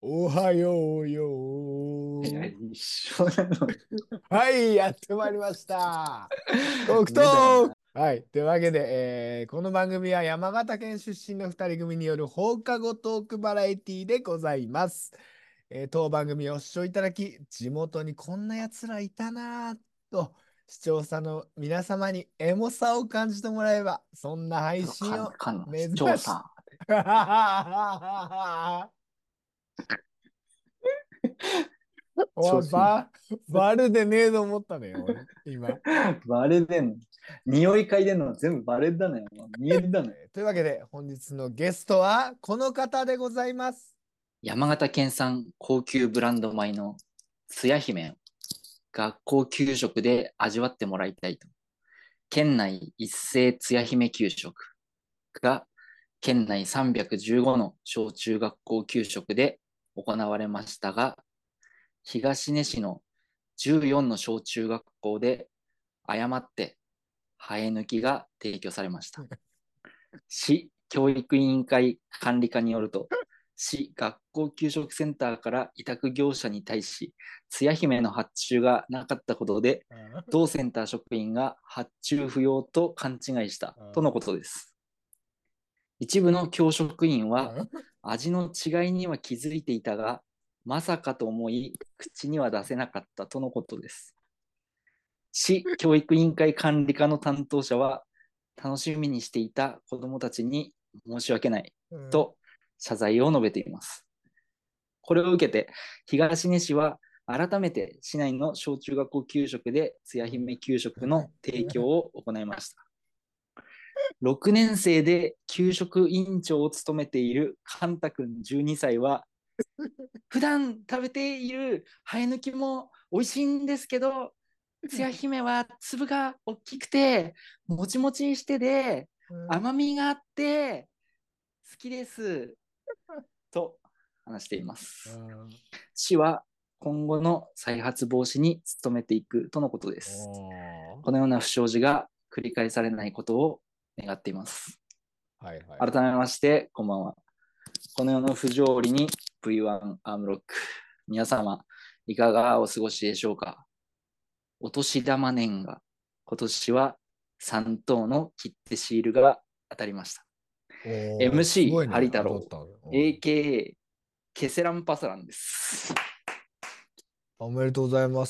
おはよういや、 よ。 一緒なの。 はい、やってまいりました。トークト上だよーク。 な。 はい、というわけで、この番組は山形県出身の2人組による放課後トークバラエティでございます。当番組を視聴いただき、地元にこんな奴らいたなぁと、視聴者の皆様にエモさを感じてもらえば、そんな配ちょっと信を目視指し、 聴者。 おい、 調子いい。 バルでねえと思ったね、俺、今。 バレてんの。匂い嗅いでんの全部バレだね。見えだね。 というわけで、本日のゲストはこの方でございます。 山形県産高級ブランド米のつや姫を学校給食で味わってもらいたいと。県内一斉つや姫給食が県内315の小中学校給食で行われましたが、東根市の14の小中学校で誤って生え抜きが提供されました。市教育委員会管理課によると、市学校給食センターから委託業者に対し、つや姫の発注がなかったことで、同センター職員が発注不要と勘違いしたとのことです。一部の教職員は味の違いには気づいていたが、まさかと思い口には出せなかったとのことです。市教育委員会管理課の担当者は、楽しみにしていた子どもたちに申し訳ないと謝罪を述べています。これを受けて、東根市は改めて市内の小中学校給食でつや姫給食の提供を行いました。6年生で給食委員長を務めているカンタ君12歳は、普段食べている生え抜きも美味しいんですけど、つや姫は粒が大きくて、もちもちしてで、甘みがあって、好きです。と話しています。市は今後の再発防止に努めていくとのことです。このような不祥事が繰り返されないことを願っています。 はいはい。 改めまして、こんばんは。この世の不条理に V1 アームロック。皆様、いかがお過ごしでしょうか。お年玉年賀。今年は3等の切手シールが当たりました。 おー、すご MC いね。 ハリ太郎、 当たったの。 AKA ケセランパサランです。 おめでとうございます。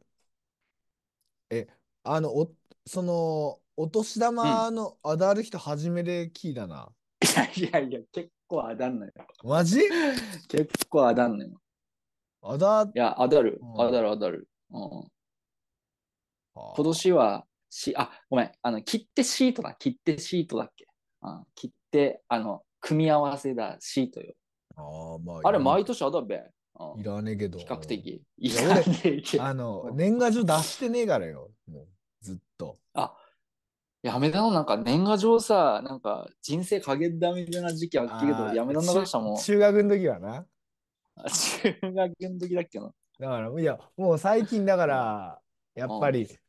え、あの、お年うん。 玉の当たる人初めて聞いたな。 いやいやいや、結構当たんのよ。 マジ結構当たんのよ。 当たっ、 いや、当たる。 うん。 当たはる当たる。うん。今あ。 年は、ごめん。切手シートだ。切手シートだっけ。切手、組み合わせだ。シートよ。 ああ、まあいあれ、 い。 毎年当たるべ。 いらねえけ比ど。うん。 較的。いいや、 ら俺、 ねえけど。 年賀状出してねえからよ。もう、ずっと。 あ、やめたのなんか年賀状さ、なんか人生影だみたいな時期あっけど、 ああ、 やめたの出したも中学の時はな。 ん。中学の時だっけな。 だから、いや、もう最近だかいや、 ら、やっうん、 ぱり、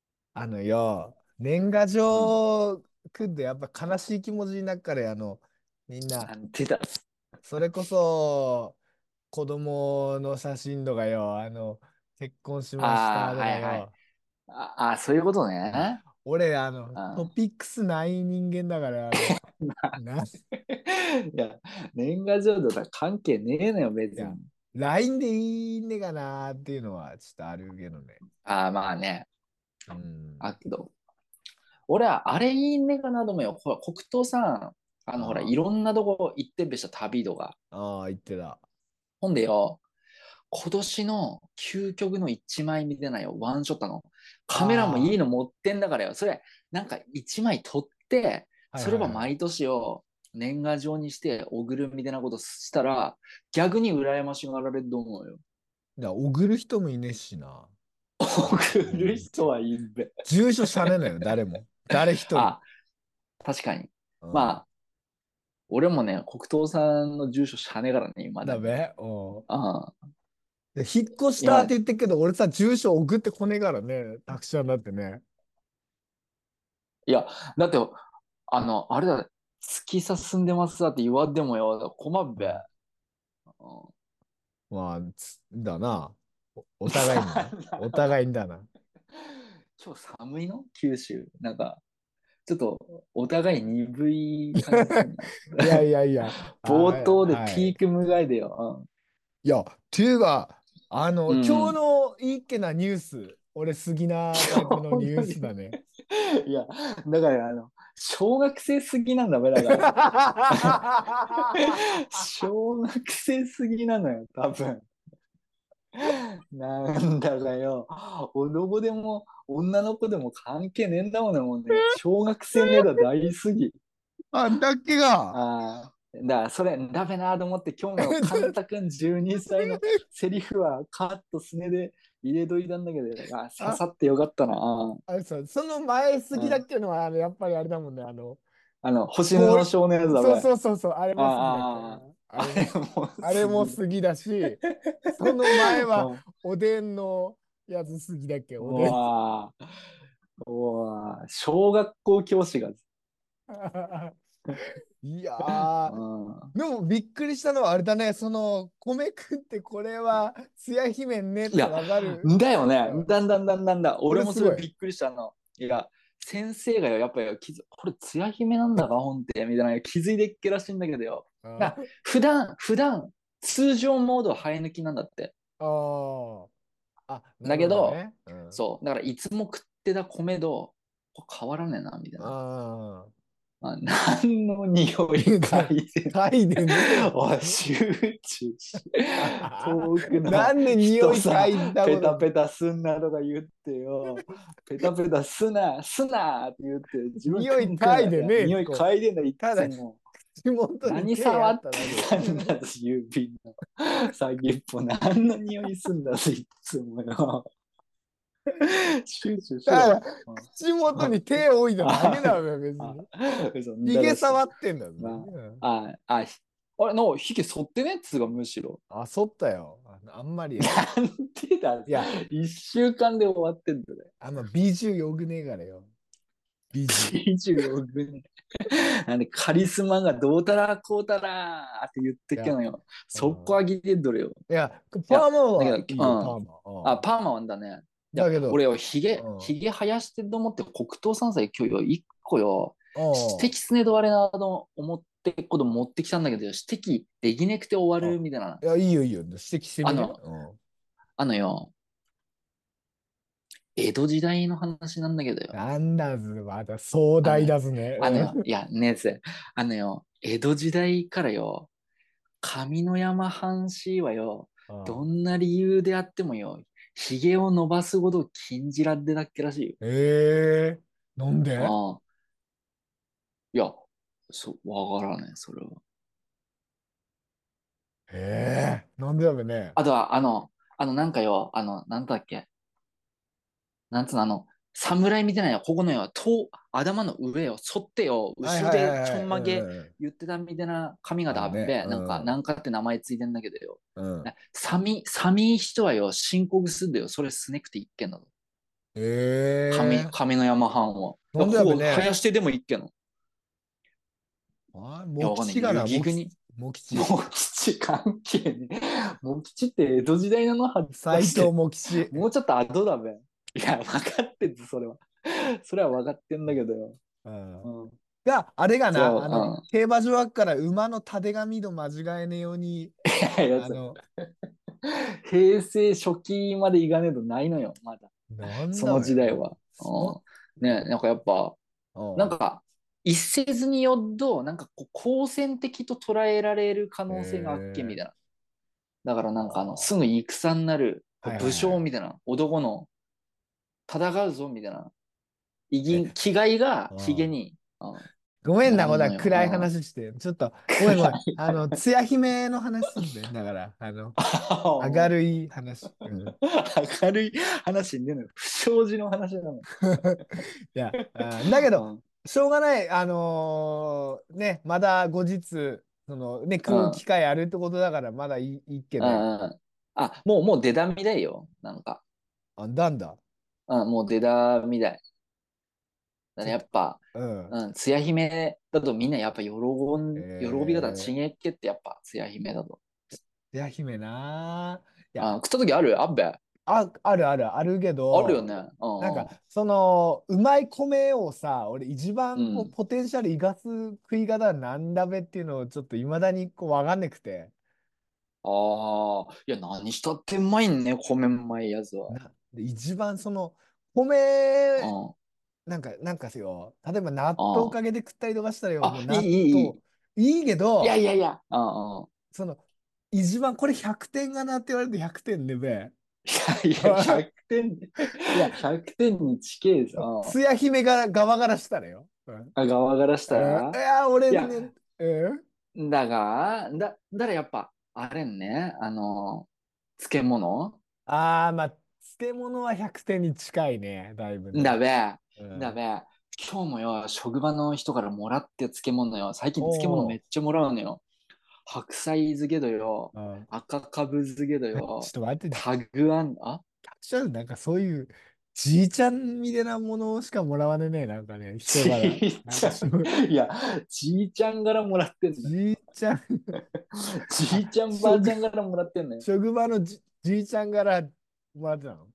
年賀うん。 状来んとやっぱ悲しい気持ちになっから、みんな、 出た。 それこそ、子供の写真とかよ、結婚しましたああ、 とかはいはい。 よ、 そういうことうん、 ね。 俺、 うん。 トピックスない人間だから、 いや、年賀状とか関係ねえのよ、 いや、 別に。 LINE でいいねかなっていうのはちょっとあるけどね。 まあね。 うん。 けど、俺はあれいいねかなと思うよ。ほら、黒糖さん、ほら、いあろんなとこ行ってんべした旅とか。 あ、ああ、言ってた。 ほんでよ、今年の究極の一枚見てないよ。ワンショットの。カメラもいいあの持ってんだからよ。それ、なんか一枚撮って、 あ、はいそれはいはい。 は毎年を年賀状にして送るみたいなことしたら、逆に羨ましがられると思うよ。 送る人もいねえしな。 送うん。 る人はいいんべ。 住所しゃねえのよ、誰も。誰一人。 あ、確かに。 うん。 まあ、俺もね、黒糖さんの住所しゃねえからね、未だに。 だべ。うん。 ああ、 で、引っ越したって今、 言ってるけど、俺さ、住所送ってこねえからね、タクシーになってね。 いや、だって、あれだ、突き進んでますだって言わんでもよ、困るべ。 うん。 うんまあ、だな。お互いにな。お互いにだな。 今日寒いの九州。なんか、ちょっとお互い鈍い感じするな。 いやいやいや、 冒頭ではい。 ピーク迎えでよ。 いや、ていうか、 うん。 今日うん。 のいいっけなニュース、俺好きなタイプのニュー今日のに、 スだね。 いや、だから小学生すぎなんだべ、だから。小学生すぎなのよ、多分。なんだかよ、男でも女の子でも関係ねえんだもんね、もうね。小学生ネタ大すぎ。 あんだっけが。 ああ、だからそれダメなと思って今日のカンタ君12歳のセリフはカットスネで入れといたんだけど、刺あ、 さってよかったな。 あれさ、その前過ぎだうん、 っけのは、やっぱりあれだもんね。 星布こう、 少年やつだべ。 そうそうそうそう、あれも過ぎだっけ。 ああ、ああれも、 れもあれもすぎる。 過ぎだし、その前はうおでんのやつ過ぎだっけ、おでん。 わ小学校教師が。 いやうー、 ん、 でもびっくりしたのはあれだね、米食ってこれはつや姫ねっいや、 てわかる。 だよね。 うん、 だんだん。俺俺すごい。 もそれびっくりしたの。いや、先生がよ、やっぱりこれ、つや姫なんだか、ほんって、みたいな、気づいてっけらしいんだけどよ。 あ普段、通常モードは生え抜きなんだって。 あ、なだるけど、 ほどね。うん。 そう、だからいつも食ってた米とこれ変わらねえな、みたいな。 ああ。 何の匂い嗅いでん。 タイでねえおい、 って。 集中し。遠くのなんで匂い人さ、 嗅いだペこと。 タペタすんなとか言ってよ。ペタペタすなって言って、自分匂い食うんかいって、 嗅いでねえって、 匂い嗅いでんだ、いただ、 つも。 口元に何手や触ってっただけで。 たんだ、指の先っぽ。何の匂いすんだ、いつもよ。集中しろ。 だから、口元に手を置いただけあだよ、別あ、 に。 嘘ひだらしい。 げ触ってんだぜ。 まうん、 あ、あれの、ひげ剃ってねっつうがむしろ。 あ、そったよ。あんまりや。 なんでだ、 いや、 一週間で終わってんだね。 あんま美女よくねえからよ。美女。 24分。なんでカリスマがどうたらこうたらって言っていや、 っけのよ。 うん、 そこ上げてんどれよ。 いや、 いや、 パーマだけど、 はいいよ、パーマ。うん、 パーマはんだね。いや、 だけど、 俺よ、 うん、 ひげ生やしてると思って黒糖山菜今日よ、一個よ、 うん、 指摘すねどあれなと思ってこと持ってきたんだけど、指摘できなくて終わあ、 るみたいな。 いや、いいよ、いいよ。指摘してみね。 あの、 うん。 あのよ、江戸時代の話なんだけどよ。 なんだず、また壮大あのよ、 だずね。うん、 いや、ねえぜ、江戸時代からよ、上山藩士はよ、どあ、 んな理由であってもよ、ひげを伸ばすことを禁じられてたっけらしいよ。 ええー、なんで。 ああ、いや、わからない、それは。 ええー、なんでだべね。 あとは、なんかよ、なんだっけ、なんつうの、侍みたいなよ、ここのよ、頭の上よ、反ってよ、 はいはいはい後ろでちょはい。うんまげんうん。 言ってたみたいな髪型ああるね。 っべ、 うん。 なんかって名前ついてんだけどよ。 うん。 寒い人はよ、申告すんだよ、それすねくていっけんだぞ。 ええ上の山藩は。 ー、なんでだべここ生ね。 やしてでもいっけんの。いや、 モわかんない。雪吉かな、 国。 モ吉。 もう吉関係ね。もう吉って江戸時代なのは出斎藤して。 モ吉。 もうちょっと後だべ。いや、分かってんぞ、それは。それは分かってんだけどよ。 うん。 うん。 あれがな、 じゃあ、うん。 競馬場から馬のたてがみと間違えねえように、 いや、 あの、 平成初期までいかねえとないのよ、まだ。 なんそのだべよ。 時代は。うん。ね、なんかやっぱ、 うん。 なんか、一説によっと、なんかこう、好戦的と捉えられる可能性があっけみええたいな。だからー。 なんかすぐあ戦になるあ。はいはい武はい。 将みたいな、男の戦うぞみたいな、 え、 気概がヒゲうん。 に、 ごめんな、ほら、 ならんのよ。 暗い話して。ちょっと、ごめんごめん。つや姫の話すんだよ。だから、明るい話。うん。 明るい話に出るの。不祥事の話なの。 いや、だけど、 うん。 しょうがない。ね、まだ後日、 うん。 食う機会あるってことだから、まだいいっけうん。 ね。 うん。もう出だみだよ。なんか。 なんだ。 うん、もう出だみだい。だからちょっと、 やっぱ、 うん。 うん、つや姫だとみんなやっぱ喜び方えちげっけってやっぱつや姫だと。 や姫な。いや、 食った時あるあっべ。ああるけど、 るよね。 なんか、その、うまい米をさ、俺一うん。 番こう、 うん。 ポテンシャル生かす食い方はなんだべっていうのをちょっと未だにこう、わかんなくて。 ああ、いや、何したってうまいんね、米うまいやつは。 で一番その、米、 うん。 なんかよ、例えば納豆あかけて食ったりとかしたらよ、もうあ、いい、 納豆、 いい、いい。 いいけいやいど、 やいや。うんうん。 その、一番これ100点がなって言われて100点でべ。 いやいや、100点、 いや、 100点に近いぞ。 つや姫が側からしたらよ。 側からしたら。 いや、俺いや、 ね、 だからやっぱ、あれんね、漬物ああ、まあ、漬物は100点に近いね、だいぶね。 だべ、 うん。 だべ、今日もよ、職場の人からもらって漬物よ。最近漬物おお。 めっちゃもらうのよ。白菜漬けだよ。 うん。 赤かぶ漬けだちょっよ。 と待って、 タグアン、あなんかそういう、じいちゃんみたいなものしかもらわねえね、なんかね、人から。 じいちゃん、いや、じいちゃんからもらってんの。 じいちゃん、 じいちゃんばあちゃんからもらってんのよ。 職場のじいちゃんからもらってたの？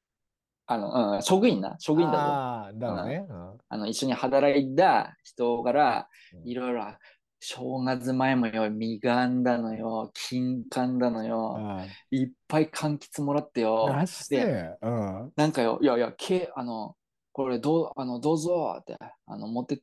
職員だぞ。 ああー、だろうね。うん。 一緒に働いた人かうんら、いろいろ、正月前もよ、みかんだのよ、金柑だのよ、 ああ、 いっぱい柑橘もらってよ。 なしで、 て、うん。 なんかよ、いやいや、これどうぞって、持ってって、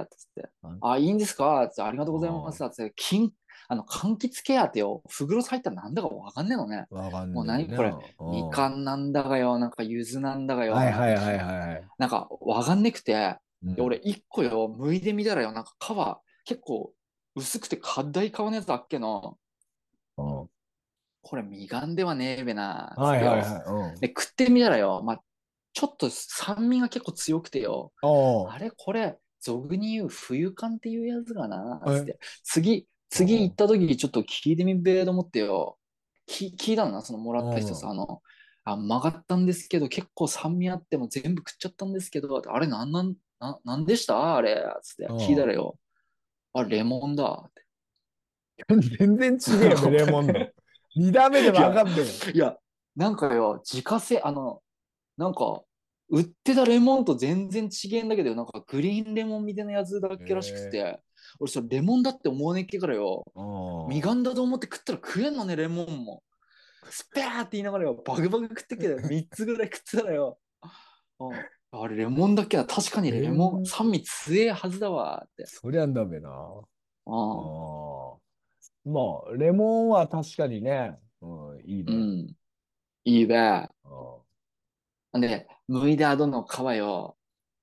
つって、あ、いいんですかつって、ありがとうございます。つって、柑橘系ってよ、フグロス入ったらなんだかわかんねえのね。 わかんもうねえこれ、 な。うん。 みかんなんだかよ、なんか柚子なんだかはいよ、なんかはいはいはい。 なんかわかんねくて、で俺うん。 一個よ、剥いでみたらよ、なんか結構薄くて硬い皮のやつあっけの、 うん。 これみかんではねえべな、つっはいてよ。 はいはい。うん。 で、食ってみたらよ、まあ、ちょっと酸味が結構強くてよ、 おあれこれ、俗に言う冬缶っていうやつかな、つっえ、 て。次行った時にちょっと聞いてみべえと思ってよ。聞いたのな、そのもらった人さ、 うん。 曲がったんですけど、結構酸味あっても全部食っちゃったんですけど、あれなんでしたあれつって聞いたうん。 らよ。あ、レモンだって。 全然違えよ、レモンの。二段目でいや、 分かんべよ。 いや、なんかよ、自家製、なんか、売ってたレモンと全然違えんだけど、なんかグリーンレモンみたいなやつだけらしくえて、俺それレモンだって思わねえっけからよ、みー、 かんだと思って食ったら食えんのね、レモンも。スペアって言いながらよ、バグバグ食ってっけど、3つぐらい食ってたらよ、あれレモンだっけだ、確かにレモン、 全、 酸味強えはずだわって。 そりゃダメな。あうん、 あ。まあ、レモンは確かにね、うん、いいね。 うん、いいべ。 あで、剥いだ後の皮よ、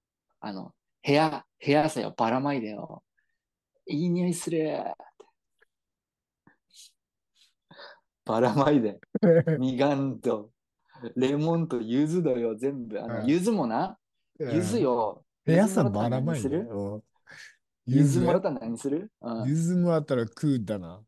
部屋さよ、ばらまいでよ。いい匂いする。ばらまいで。 ーみかんと、レモンと柚子だよ、全部。柚子もな、柚子よ、 部屋さ柚子もらったらばらまいで。 何するうん。ゆず柚子もらったら何するうん。 ゆずもらったら食うだな。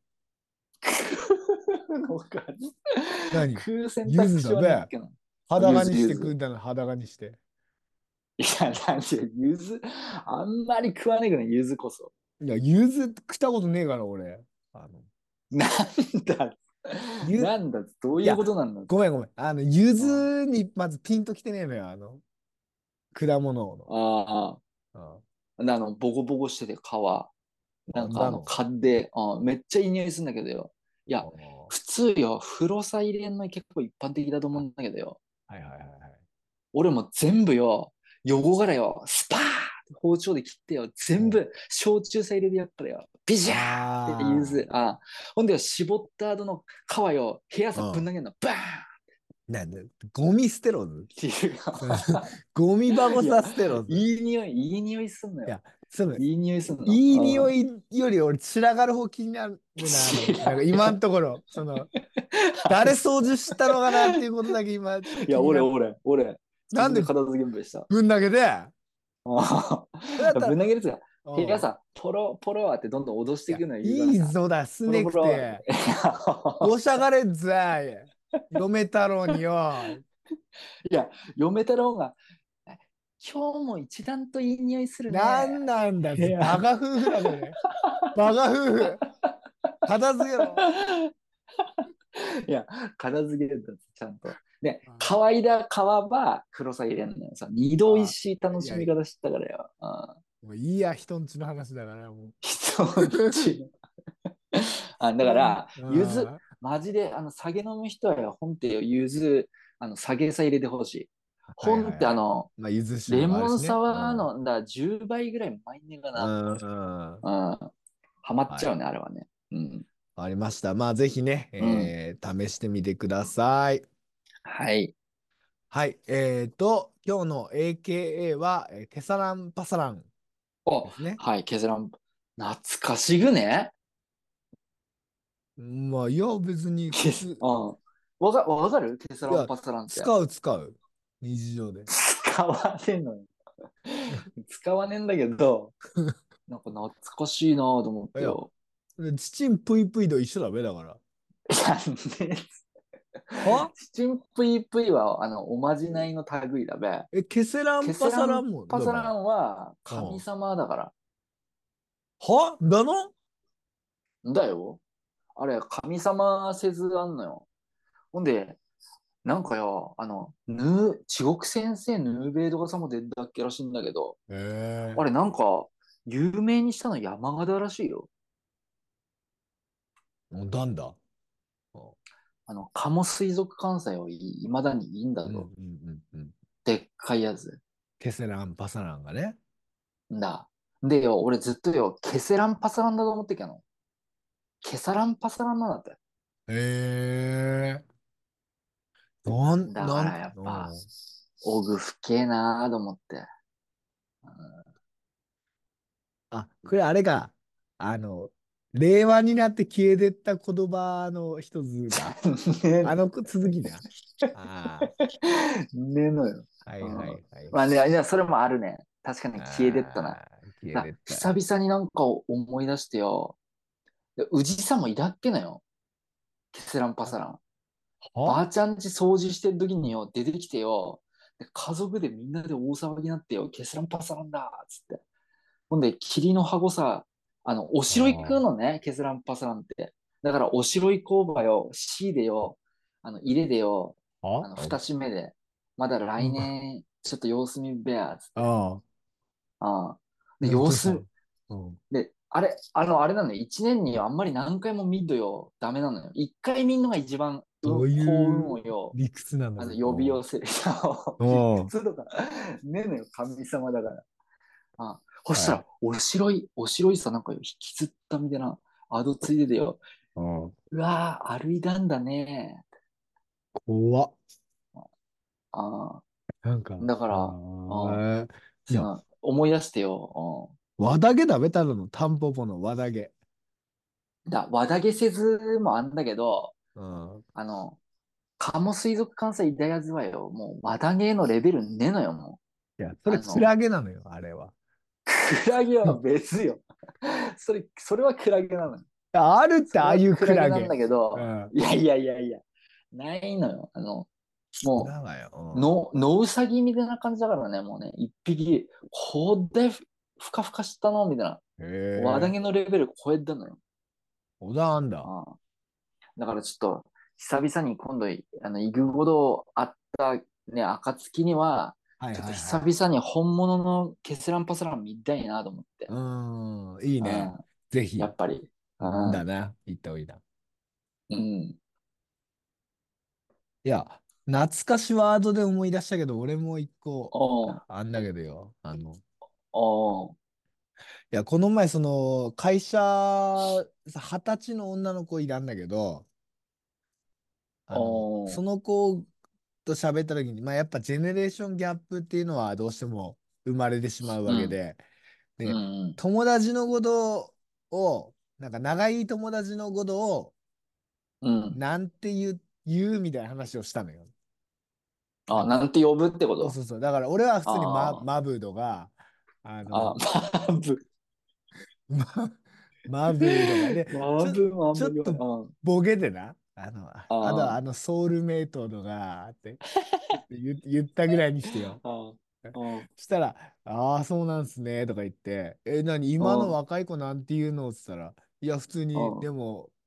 のか何？ 食う選ゆず択肢だべ。 はねっけな。柚子、 裸にし柚子。 て食うだな、裸にして。 いや、なんで、柚子、あんまり食わねえけど、柚子こそ。 いや、ゆず食ったことねえから、俺。 なんだ、 ゆ、 なんだ、どういうこといや、 なんだ。 ごめんごめん。ゆあずにまずピンときてねえのよ、果物の。 あ、 あボコボコしてて皮。なんかだの。 買で、めっちゃいい匂いするんだけどよ。いや、 あ普通よ、風呂さ入れんの結構一般的だと思うんだけどよ。 はいはいはいはい。 俺も全部よ、横からよ、スパーって包丁で切ってよ、全うん部焼酎さ入れてやったらよ、ビジャーってゆあず、ほんでよ、絞った後の皮よ、部屋あ、うん。 さぶん投げんの、バーンっなんで、ゴミ捨てろず。 ていうゴミ箱いや、 さ捨てろず。 いい匂いすんのよ。 いや、その、 いい匂いすんの。 いいうん。 匂いより俺散らがる方気になるな、なんかいや、 今のところ、誰掃除したのかなっていうことだけ今ちょっといや、 気になって。 自なんで分で片付けんぼでした。 ぶん投げて、 ああ、 だったら、 ぶん投げるやつが、部屋うん。 さ、ポロポロってどんどん脅しいや、 ていくのよ、言うからいいさ、 ぞだ、すポロねポロって。 くて。おしゃがれっざい。嫁太郎によ。 いや、嫁太郎が、今日も一段といい匂いするね。 なんなんだ、 部屋。 バカ夫婦だ、これ。バカ夫婦。片付けろ。 いや、片付けるんだって、ちゃんと。で、 あ乾いた皮は黒さ入れんのよ。さ、二度美味あ、 しい楽いや、 しみ方知ったからよ。 もういいや、人んちの話だからもう。 人んちの。だか人ん、 ら、柚子、マジで、酒飲む人はよ、本ってよ、柚子、酒さ入れてほしい。本ってはいはいはい。まあ、柚子酒レモンもあるしね。うん。 サワーの、10倍ぐらいマイネがうな、 ん。 うん、ハマっはい。 ちゃうね、あれはね。うん。 ありました。まあ、ぜひね、 うん。 試してみてください。 はい。 はい。今日の AKA は、ケサランパサランお、 ですね。 はい、ケズラン。懐かしぐね。 まあ、いや、別に普通。 うん。わかるケスいや、 ランパスランって。 使う。日常で。 使わねえのよ。使わねえんだけど、なんか懐かしいなと思っいや、 てよ。 チチンプイプイと一緒だべだから。 いや、ね、 はチチンプイプイは、おまじないの類だべ。 ケセランパケセランサランもだべ。 パサランは神うん。 様だから。 だの。 んだよ。あれ、神様説あんのよ。ほんで、なんかよ、地獄先生ヌーベイドガさんも出たっけらしいんだけど、 ええあれなんか、有名にしたの山形らしいよ。 なんだ。 鴨水族館さえいまだにいいんだぞ。 うん。 でっかいやつ。 ケセランパサランがね。 んだ。でよ、俺ずっとよ、ケセランパサランだと思ってきたの。ケサランパサランなんだって。 ええだからやっぱ、オグ深えなーと思って。 あ、これあれか。あの、令和になって消えてった言葉の一つが、 ね、 続きな。あねえのよ。 あ、はいはうん、 いはい。 まあね、いや、それもあるね。確かに消えてったな。 ああ、消えてった。 久々になんか思い出してよ。で宇治さんもいたっけなよ。ケセランパサラン。ばはあちゃんち掃除してる時によ、出てきてよ。で家族でみんなで大騒ぎになってよ、ケセランパサランだっつって。ほんで、霧の羽子さ、お城行くあのね、ケセランパサランって。だから、お城行こうばよ、C でよ、入れでよ、 あ、 二締めで、まだ来うん。 年、ちょっと様子見べや、つって。 ああ、 ああ。で、 なんとさ。うん。 で、あれなのよ。一年にあんまり何回も見んとよ、ダメなのよ。一回見んのが一番、 どう幸運いうをよ、 理屈なんだ、それ。 呼び寄せる。理うん。 屈とか、ねえのよ、神様だから。そしたら、 はい。 おしろいさ、なんかよ引きずったみたいな、アドついでてよ。 うん。 うわぁ、歩いたんだね。 怖っ。 あなんか、 だから、 いや、 思い出してよ。 和だげ食べたの、タンポポの和だげ。 和田げせずもあんだけど、 うん。 あの、鴨水族館さいたやつはよ、もう和田げのレベルねえのよ、もいや、 う。 それクラゲなのよ、あれは。 クラゲは別よ。それはクラゲなのよ。 あるって、 それああいうはクラゲクラゲ。 なんだけど、 うん。 いや、ないのよ。もだがよ。 野ウサギみたいな感じだからね、もうね、一匹、こでふかふかしたのみたいな。 うん。へ輪投え。 げのレベル超えたのよ。 小田あんだ。 ああ、だからちょっと、久々に今度、行くほどあったね、暁には、 はいちょっとはいはい。 久々に本物のケスランパスラン見たいなと思って。 いいね。 うん、 ぜひ。 やっぱり。うん、 だな。言った方がいいな。 うん、 いや、懐かしワードで思い出したけど、俺も一個おう、 あんだけどよ。 おう、 いや、この前、会社、二十歳の女の子いたんだけど、 おう、 その子と喋った時に、まあ、やっぱジェネレーションギャップっていうのはどうしても生まれてしまううん、 わけで、 うで、 ん、 友達のことを、なんか長い友達のことを、 うん。 なんて言うみたいな話をしたのよ。なあ、 んか、 なんて呼ぶってこと？ そう。だから俺は普通にあマブードが、ああ、 の、 マブ。 ママブードが、で、 マブもあんまり言わない。 ちょっとうん。 ボケでな、あとあソウルメイトのが、って言ったぐらいにしてよ。 あ、うん、 したら、ああ、そうなんすね、とか言って、何、 う今のん、 若い子なんて言うのって言ったら、いや、普通に、 うん、 でも、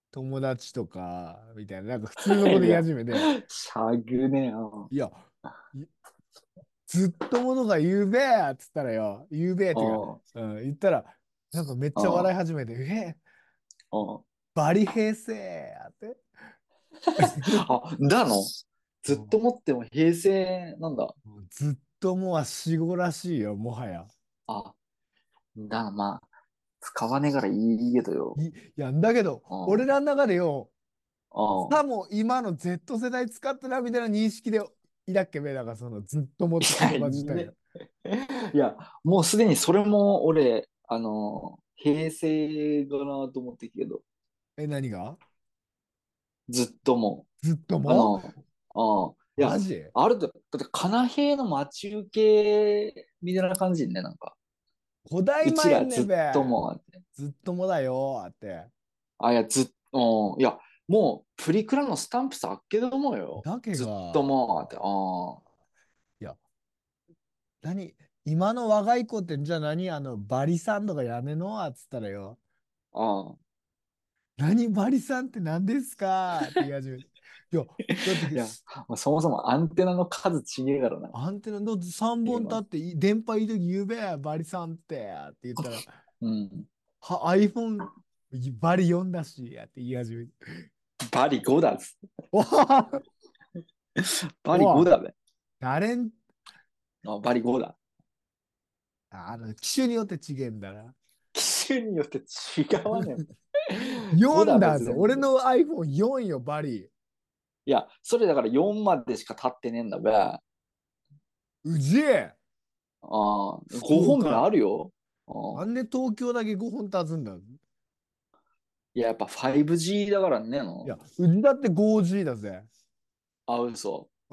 友達とか、みたいな、なんか普通のこと言いいや、 始めて、 しゃぐねえ。 いや、いずっとものが言うべえっつったらよ、言うべえってか、 うん。 言ったら、なんかめっちゃ笑い始めて、 うん。 バリ平成やって。 あ、だのずっとも持っても平成なんだ。 うずっともは死後らしいよ、もはや。 あ、まあ、使わねえからいいけどよ。 いや、だけど、 うん。 俺らの中でよ、 うん。 さも今の Z 世代使ってなみたいな認識でいたっけべ、だからそのずっともっていや、 言葉自体が。 ね、いや、もうすでにそれも俺、平成かなと思ってるけど、 何がずっともずっとう、 もいや、 マジだって、かなへいの待ち受けみたいな感じね、なんか。 古代うち前らずっねべ。 ともって。 ずっともだよって。 あ、いや、いや、もう、プリクラのスタンプさあっけどもよ。 だけずっとが、 もって。 いや、何今の若い子ってじゃあバリさんとかやめのっつったらよ。 ああ。 何バリさんって何ですかって言い始めて。いや、だっていや、まあ、そもそもアンテナの数ちげえからな。 アンテナの3本立今。 って電波いい時言うべえ、バリさんって言ったら、 うん。 iPhone バリ4だしって言い始めて。 バリ5だっつ。 おわバリ5 おわだべ。 誰ん、 バリ5だ。 機種によって違えんだな。 機種によって違わねえ。5 4 だべ、 だぞ。 全部。 俺の iPhone4 よ、バリ。 いや、それだから4までしか経ってねえんだべ。 うじえ福 5本目岡。 あるよ。 なんで東京だけ5本立つんだいや、やっぱ 5G だからねいや、うちだって 5G だぜ。 嘘。 うん。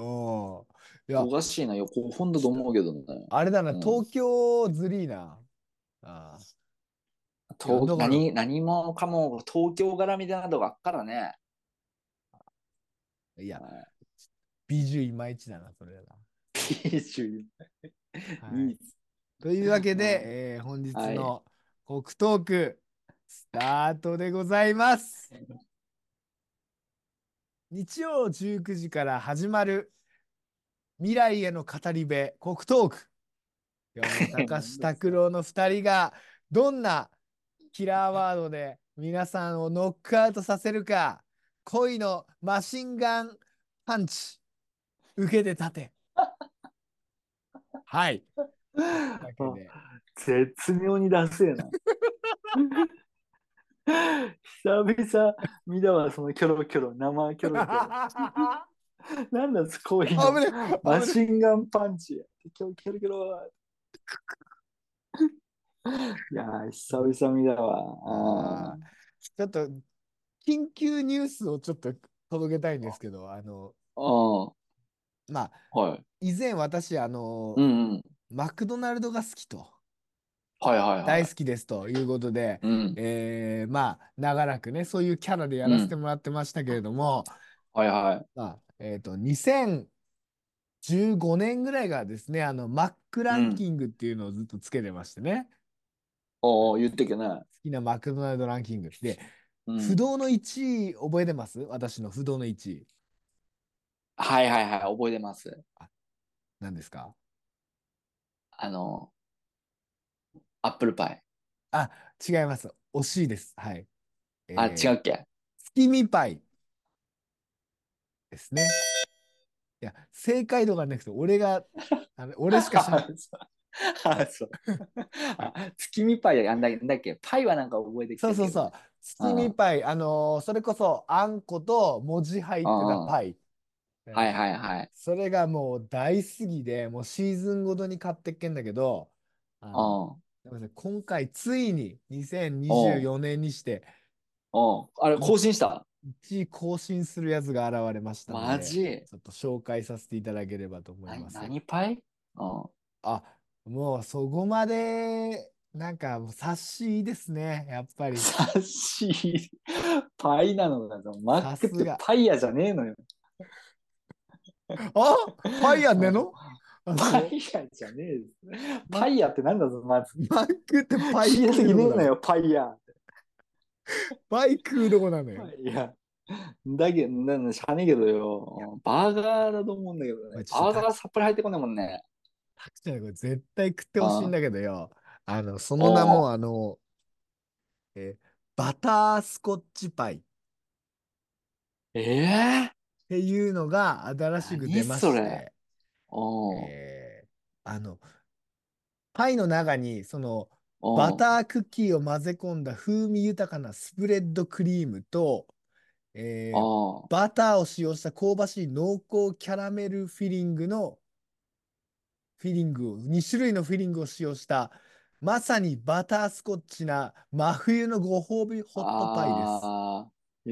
いや、 おかしいな。5本だと思うけどね。 あれだな、 うん。 東京ずりーな。ああ。いや、だから、 何もかも東京絡みでなどがあっからね。 いや、 は美女いまいちだな、それだな。 い。いはい。 いっす。 というわけうん。 で、本日はい。 の国トーク、スタートでございます。日曜19時から始まる未来への語り部、国トーク。今日も高何橋ですか。 拓郎の2人がどんなキラーワードで皆さんをノックアウトさせるか、恋のマシンガンパンチ、受けて立て。はい。というわけあ、 で。 絶妙にダセえな。久々見たわ、そのキョロキョロ、生キョロキョロ。 危なんだ、こういうの。 ね、 マ危ね。 シンガンパンチ。キョロキョロキョロ。いやー、久々見たわ。 あーちょっと緊急ニュースをちょっと届けたいんですけど、まあ、 はい。 以前私、 うんうん。 マクドナルドが好きと、 はいはいは大好きですということで、 い。うん。 まあ、長らくね、そういうキャラでやうん。 らせてもらってましたけれども、 はいはい。 まあ、2015年ぐらいがですね、マックランうん。 キングっていうのをずっとつけてましてね、 言ってけね。 好きなマクドナルドランキング。で、 うん。 不動の1位覚えてます私の不動の1位。 はいはいはい。覚えてます。 あ、何ですかあの、アップルパイ。 あ、違います。惜しいです。はい。 あ、違うっけ。 月見パイですね。いや、正解度がなくて、俺しかしゃ、 あ、そう。あ、そう。月見パイなんだっけ。パイはなんか覚えてきてるけどね。 そうそうそう。月見うんパイ、それこそあんこと文字入うってたんうん。 パイ。 はいはいはい。 それがもう大好きで、もうシーズンごとに買ってっけんだけど、あの、 うんごめんなさい今回ついに2024 うん年にしてうん。あれ、更新した？ 1位更新するやつが現れましたんで、 マジ？ ちょっと紹介させていただければと思います。 何パイ？うん。 あ、もうそこまで、なんかもう察しいいですね、やっぱり。 さしパイなのだぞ。マックってさすが。 パイヤじゃねえのよ。 あパイやんねうんのあ、 パそイヤじゃねえです。 う。 パイヤってなんだぞ、まず。 マックってパイっ聞いたとぽいとこだろ。 きねえのよ、パイヤ。 パイ食うとこなのよ。 いや、だけど、しゃあねえけどいや、 よ。バーガーだと思うんだけどね。 これちょっとバーガーさっぱり入ってこないもんね。 タクちゃんこれ絶対食ってほしいんあだけどよ。その名も、 おえーバタースコッチパイっええていうのが新しく出何まそれ。 して、 おーえパイの中に、バおータークッキーを混ぜ込んだ風味豊かなスプレッドクリームと、 おーバターを使用した香ばしい濃厚キャラメルフィリングを、2種類のフィリングを使用した、まさにバタースコッチな真冬のご褒美ホットパイです。 あー、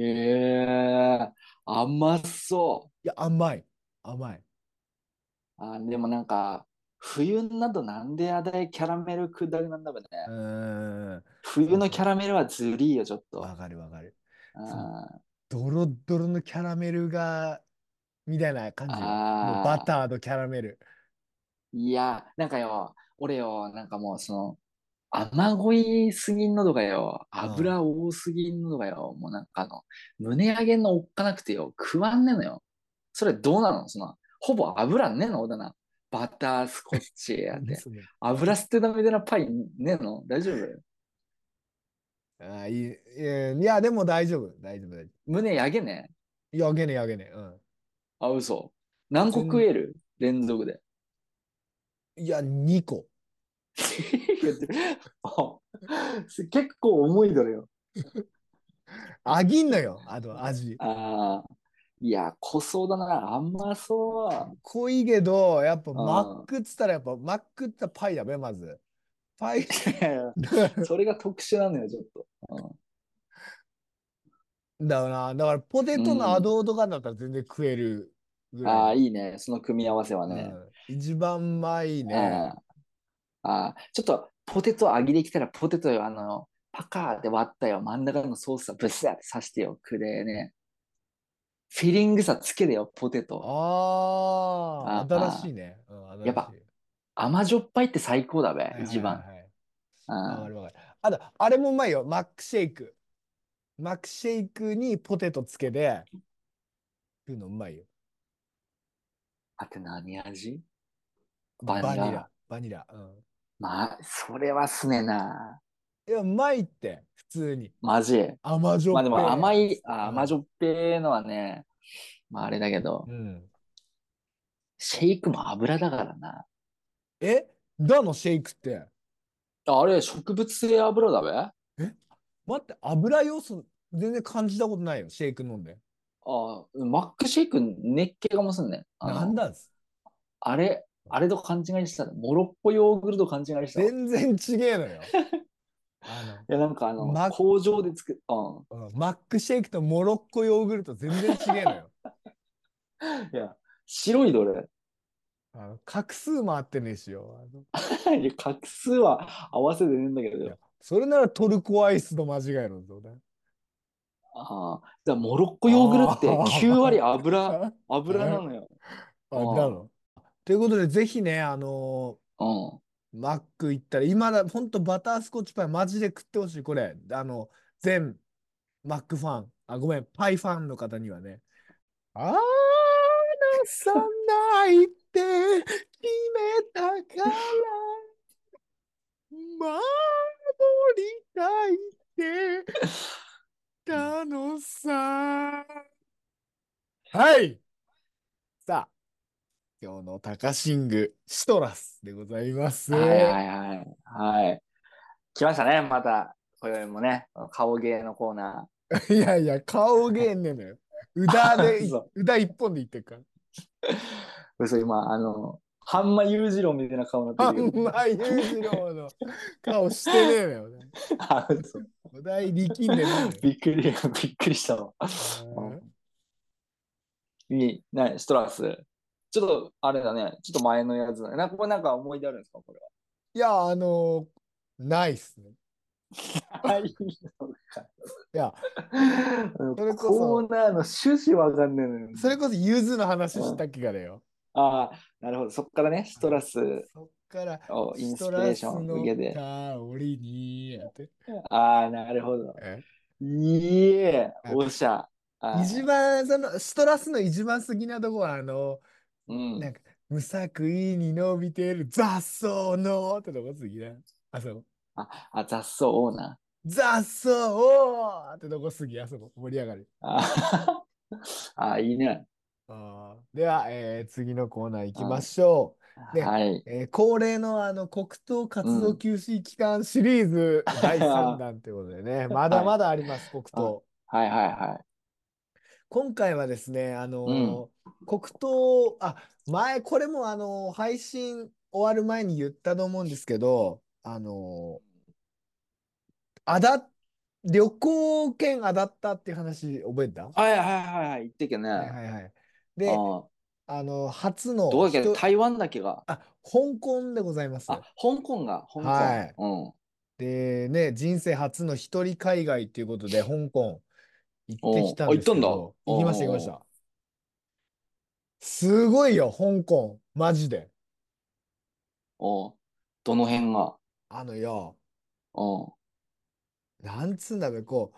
甘そいや、甘い。甘い。 う。でもなんか、冬などなんであだいキャラメル下りなんだろうね。 うーん。そ冬のキャうそう。 ラメルはずりーよ、ちょっと。 わかるわかる。そのあドロッドロのキャラメルが、みたいな感じよ。もうバあターとキャラメル。 いや、なんかよ、俺よ、なんかもう甘濃いすぎんのとかよ、 うん。 油多すぎんのとかよ、もうなんか胸揚げんのおっかなくてよ、食わんねえのよ。それどうなのほぼ油ねえのだな。バタースコッチやって。 何その、 油捨てたみたいなパイねえの大丈夫いや、でも大丈夫。大丈夫。大丈胸焼けね夫。いや、あげねえ、あげねえ。うん。 あ、嘘。何個食える連続で。 いや、2個。 あ結構重いだろよ。 あぎんのよ、味。 ああ、いや、濃そうだな。甘そう。 濃いけど、やっぱマッうん。 クっつったら、やっぱマックってパイだべ、まず。パイ。 いやいやそれが特殊なのよ、ちょっと。 だからポテうん。 トのアうんドとかだったら全然食えるぐらいああ、 の。 いいね。その組み合わせはね。 うん。一番うまいね。 あちょっとポテト揚げできたらポテトよ、パカーって割ったよ。真ん中のソースはブスって刺してよ。くれね。フィリングさつけてよ、ポテト。 ああ、新しあいね。うん、 やっぱ新しい。 甘じょっぱいって最高だべ、 はいはい一番。 はいはい。わかあるわかる。あれもうまいよ。マックシェイク。マックシェイクにポテトつけて食うのうまいよ。 あと何味バニラ。 バニラ。バニラ。うん。 まあ、それはすねな。 いや、うまいって、普通に。 マジ。 甘じょまあでもっぺーっつって。 甘じょっぺーのはね、まああれだけど、 うん。うん。 シェイクも油だからな。 ダのシェイクって、 あれ、植物性油だべえ待って、油要素全然感じたことないよ、シェイク飲んで。 マックシェイク熱気がもすんね。 なんだっす。 あれと勘違いしてた。モロッコヨーグルト勘違いしたわ。 全然違えのよ。あの、 いや、なんかマッ工場でマックシェイクとモロッコヨーグルト全然違えのよ。 いや、白いどれ。 画数も合ってねえしよ。 いや、画数は合わせてねえんだけどいや、 よ。 それならトルコアイスと間違えろぞ。 じゃあ、モロッコヨーグルって9割あ油なのよ。 だろ。ということで、ぜひね、 うん。うん。 マック行ったら、今だ、ほんとバタースコッチパイマジで食ってほしい。これ、全マックファン、ごめん、パイファンの方にはね、あーさないって決めたから守りたいってたのさ。はい。さあ、今日の高シングシトラスでございます。 はいはいはい。はい。来ましたね。また、今宵もね、顔芸のコーナいやいや、顔芸ねえのよ。 ー。そう。 歌一本で言ってるから。 嘘、今、半間裕次郎みたいな顔になってあんるけど。 ま裕次郎の顔してねえのよね。 嘘。 お題力んでねえのよ。 びっくりしたわ。ストラス。ちょっと、あれだね。ちょっと前のやつだね。これなんか思い出あるんですかこれいや、ナイスね。 は。はい。 いや、それこそ、 コーナーの趣旨わかんねえのよ。 それこそゆずの話うんしたっけからよ。 ああ、なるほど。そっからね、ストラスそっから、 をインシトラスピレーションスの受けて。 香りに、やって。 ああ、なるほど。 えいえ、 あ、 おっしゃ。 一は番、その、ストラスの一番好きなとこは、 い。うん。 なんか、無作為に伸びている雑草のってとこ好きな。あそこ。 雑草オーナ雑草おーってとこ好き、あそこ。盛り上がる。 ー。いいね。 では、次のコーナー行きまうん。 しょう。で、 はい。 恒例の黒糖う活動ん。 休止期間シリーズ第3 は弾ということでね、まだい。 まだあります、黒あ、 糖。 はいはいはい。 今回はですね、 うん。 黒糖、前、これも配信終わる前に言ったと思うんですけど、あだ、旅行券当たったっていう話覚えた？ははいはいはいはい。言ってけね。 いはいはい。で、 あ、 初どこだっけ、 の台湾だっけが。 香港でございます。 香港が、香港。 はい。 うん。 でね、人生初の一人海外ということで、香港行ってきうん。あ、 たんです行ったんだ。うんうけど、行きました、行きましんうん。 た。すごいよ、香港。マジで。 うん。どの辺が。 よ、 うん。 なんつうんだべ、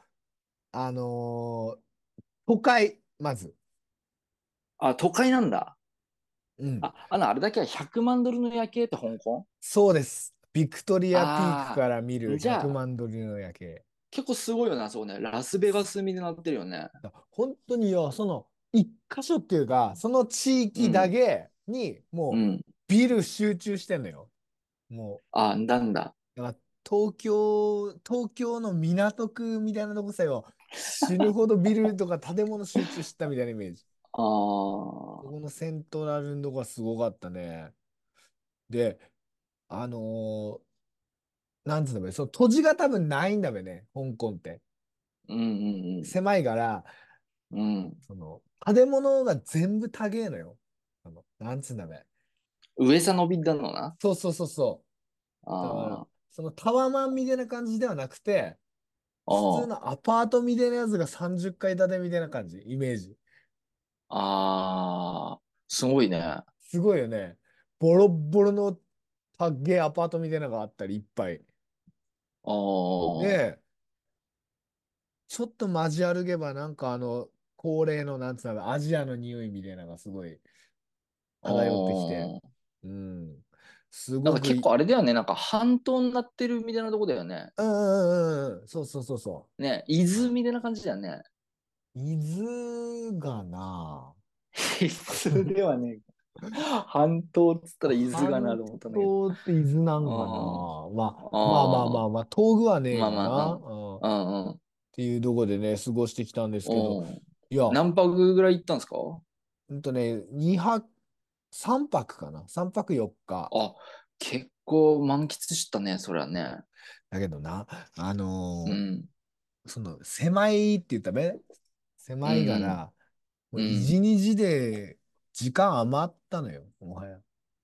都会、まず。 都会なんだ。 うん。 あれだけは100万ドルの夜景って香港。 そうです。ビクトリアピークあから見る100 じゃあ、 万ドルの夜景。 結構すごいよな、そうね。ラスベガスみたいになってるよね。 本当によ、その、一箇所っていうか、その地域だうん。 けに、もう、 うん。 ビル集中してんのよ。もなんだ。 う、だから東京の港区みたいなとこさよ、死ぬほどビルとか建物集中したみたいなイメージ。 ああ、 そこのセントラルのとこがすごかったね。で、あのーなんつうんだべ、その土地が多分ないんだべね、香港って。 うんうん狭いから、 うん。うん。 その、建物が全部高えのよ。なんつうんだべ。 上さ伸びたのな。 そうそうそうそう。だから、 あそのタワマンみたいな感じではなくて、普通あ、 のアパートみたいなやつが30階建てみたいな感じ、イメージ。 すごいね。 すごいよね。ボロッボロのたっげえアパートみたいなのがあったりいっぱい。 ああ、 で、ちょっと交歩けば恒例のなんつうの、アジアの匂いみたいなのがすごいあ漂ってきて、 あ。 うん。すなんか結ごくいい。 構あれだよね。なんか半島になってるみたいなとこだよね。 うんうんうんうん。そうそうそうそね、伊う。 豆みたいな感じだよね。 伊豆がな、 伊豆ではね半島っつったら伊豆かな半と思ったんだけど。 島って伊豆なんかな。 ああ、 まあ、遠くはねえまあよな。 まあ、 うん。っうんうんていうとこでね、過ごしてきたんですけど、 うん。 いや、 何泊ぐらい行ったんですか？ 2泊、3泊かな？ 3 泊4日。 あ、結構満喫したね、それはね。 だけどな、あのうん、 その、狭いって言ったべ、 う狭いかん、 ら、もううん。 一日で時間余ったのよ、もはや。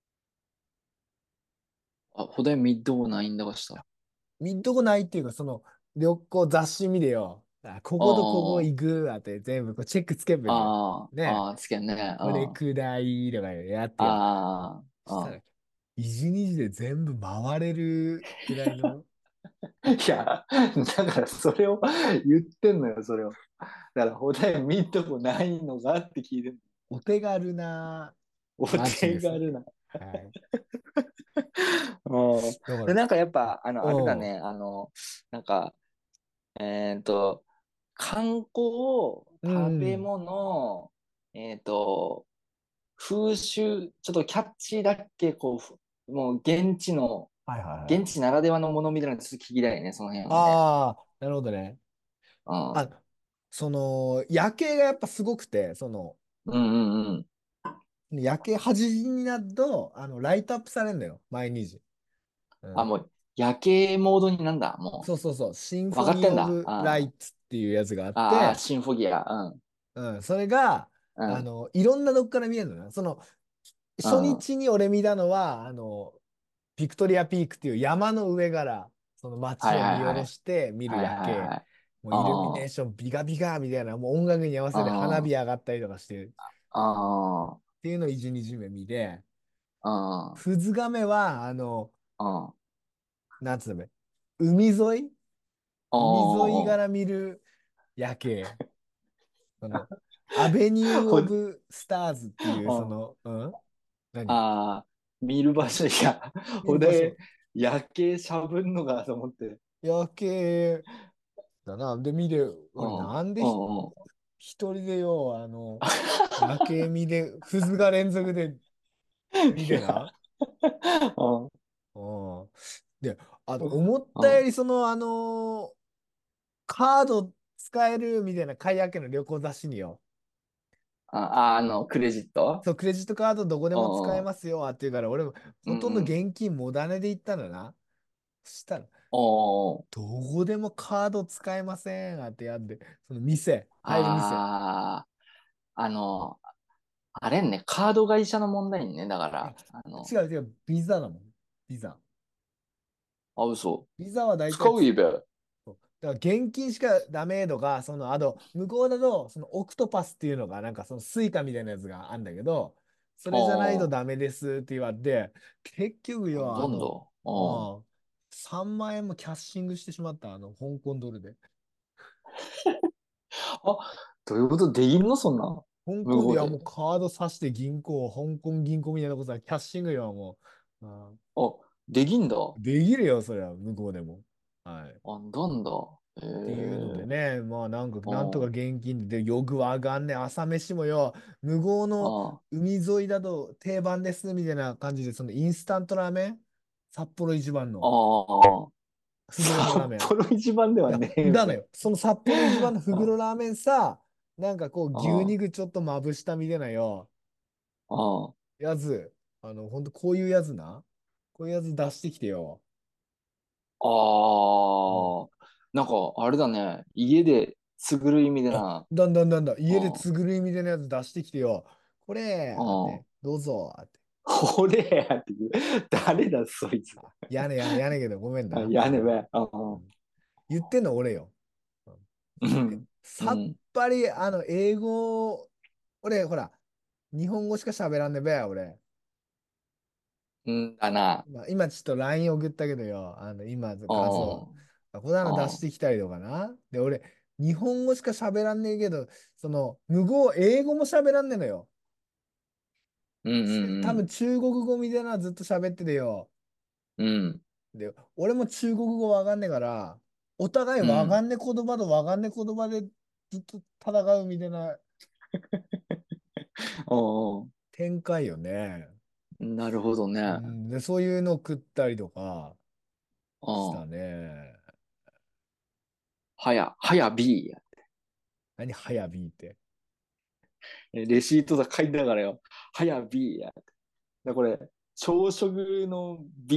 ほでみっともないんだかした。 見んとこないっていうか、その、旅行雑誌見でよ。こことここあ行くわって全部こうチェックつけんべんだよ。ね。 つけんね。 これくらいとかやってよ。したら、一日で全部回れるくらいのいや、だからそれを言ってんのよ、それを。だから、ほでみっともないのがって聞いてんの。 お手軽なお街ですね。 手軽な。 はい。だから、 なんかやっぱ、あれだうん。 ね、なんか、えっと、観光、 う食べん。 物、えっと、風習、ちょっとキャッチーだっけ、もうはいはいはい。 現地ならではのものみたいなのちょっと聞きたいね、その辺はね。 ああ、なるほどね。 うん。 あ、夜景がやっぱすごくて、 うんうんうん。 夜景8時になると、ライトアップされるんだよ、毎日。うん。 もう、夜景モードになんだ、もそうそうそう、シンう。分フォニー・かってんだ。 オブ・ライツっていうやつがあっあ、 て、 シンフォギア。うん。 うん、それが、 うん。 いろんなとこから見えるのね。初うん。はい日に俺見たのは、ビクトリアピークっていう山の上から、その街はいを見下ろはい。 して見るはい夜景。 はいはい。 もうイルミネーあションビカビカみたいな、もう音楽に合わせて花火あ、 上がったりとかして、っああ、 ていうのを一日目見て、 ああ、 二日目は、 あなんつうの、海沿いあ、 海沿いかあら見る夜景。その、アベニュー・オほん、 ブ・スターズっていう、そあの、何あー、見る場所、いや、ほんで、 見る場所。 夜景しゃぶんのかと思って。 夜景だな。で、見て、 うん、 俺なんでうん、 一人でよ、夜景見で、2日連続で見いや、 てな。 うん、 うん。で、 うん、 思ったより、カード使えるみたいな解約の旅行雑誌によ。 クレジット。 そう、クレジットカードどこでうも使えん、 ますよって言うから、俺もうん、 ほとんどうん、 現金もだねで行ったのな。そしたら、 おー、 どこでもカード使えませんってやって、その店、入る店。 ああ、あれね、カード会社の問題ね。だかいや、 ら、 違う違う、ビザだもん。ビザ。 嘘。 ビザは大体使ういべ。 そうだから現金しかダメとか、向こうだと、そのオクトパスっていうのが、なんかそのスイカみたいなやつがあるんだけど、それじゃないとあダメですって言われて、結局あ、 よ、 どんどん。うん。 うん、3万円もキャッシングしてしまった、香港ドルで。 あ、どういうことできんのそんな。 香港で、いや、 向こうで。 もうカード挿して香港銀行みたいなことはキャッシングよ、もう。 あ、できんだ。 できるよ、それは、向こうでも。はい。 あ、なんだ。へっていうのでえ。 ね、まあなんとかうん。 現金で、よくわかんねえ、朝飯もよ、無謀のあ海沿いだと定番ですみたいな感じで、そのインスタントラーメン、札幌一番あ、 のああ。 フグロのラー札メン。 幌一番ではいや、 ねえべ。 だのよ、その札幌一番のフグロあラーメンさ、なんかこう牛あ、 肉ちょっとまぶしたみたいなよ、 ああ、 やつ、ほんとこういうやつな、こういうやつ出してきてよ。うん。 ああ。なんか、あれだね。家で作る意味であ、 な。 だんだん、家でうん。 作る意味でのやつ出してきてよ。これ、 うん。 どうぞ、 俺やって言う。誰だ、そいつ。 屋根けど、ごめんあ、 な。 屋根べ。 うん言ってんの俺よ。でうん。うさっん。 ぱり、英語、俺、ほら、日本語しか喋らんでべや、俺。 うんだな。 今ちょっと LINE 送ったけどよ、今、 う画像、 ん。 こんなの出しうん。 てきたりとかな。で、俺、日本語しか喋らんねえけど、英語も喋らんねえのよ。 うんうん多分中国語みたいなのずっと喋っててよ。 うん。うん。 で、俺も中国語わかんねえから、お互いうん。 わかんねえ言葉とわかんねえ言葉でずっと戦うみたいなお展開よね。 なるほどね。 うん、で、そういうの食ったりとかうん。 したね。 はや B や。 何、はやびって。 レシートが書いてあるからよ。はや B や。これ、朝食の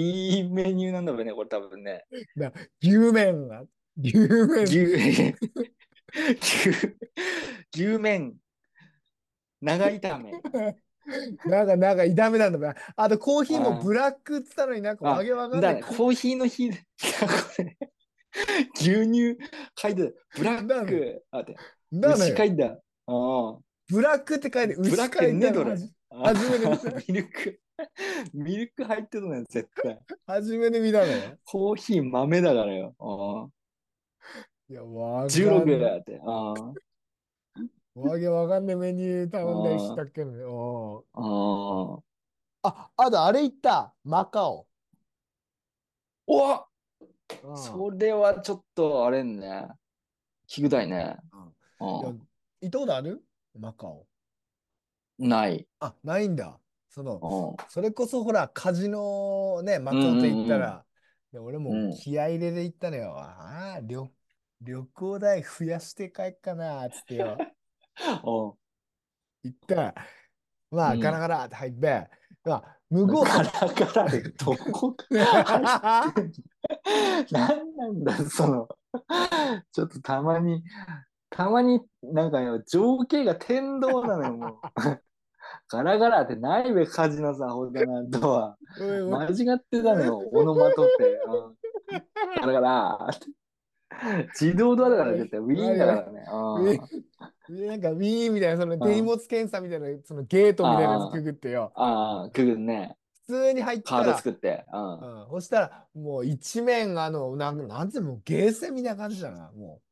B メニューなんだろうね、これ多分ね。 だ、牛麺が、牛麺。 牛、牛、牛麺、長炒め。 炒めなんだべ。あとコーヒーもあブラックっつったのになんかわけわかんない。 だね、コーヒーの日、これ、牛乳書いてある。ブラッなの、 ク、あって、 なのよ。 牛書いてある。ああ、 ブラックって書いてブラックって牛書いてねどれ。 あるあ初めて見た。 ミルク、ミルク入ってるのよ、絶対。 初めて見たのよ。 コーヒー豆だからよ。ああ、 いや、わか 16 ん、 やって。あわけわかんないメニュー頼んだりしあ、 たっけどね。 ああ、 あとあれ行った。マカオ。 おわうん。うん。 それはちょっとあれね。聞きたいね。 いや、 う行ったことあるマカオ。 ん。ない。 ないんだ。 うん。 それこそほら、カジノね、マうんカオと行っうんたら、で俺うん。 もうん。 気合い入れで行ったのよ。旅行代増やして帰っかな、つってよ。 お行ったら、まあ、ガラうん。 ガラって入って、まあ、向こうガその、 ラガラでどこか入ってんの。何なんだ、ちょっとたまになんかよ、情景が天道なのよ、もう。ガラガラってないべ、カジノさん、ほんとなんとは。 おいおい。 間違ってたのよ、オノマトペ。うん、ガラガラって。自動ドアだから絶対、ウィーンだからね。 なんか、ウィーンみたいな、そのうん。 手荷物検査みたいな、そのゲートみたいなやつくあぐってよ。 あ、ああ、くぐるね。 普通に入っカードたら、 作って。うん。 そしたら、もう一面、なんつうの、もうゲーセンみたいな感じだな、もう。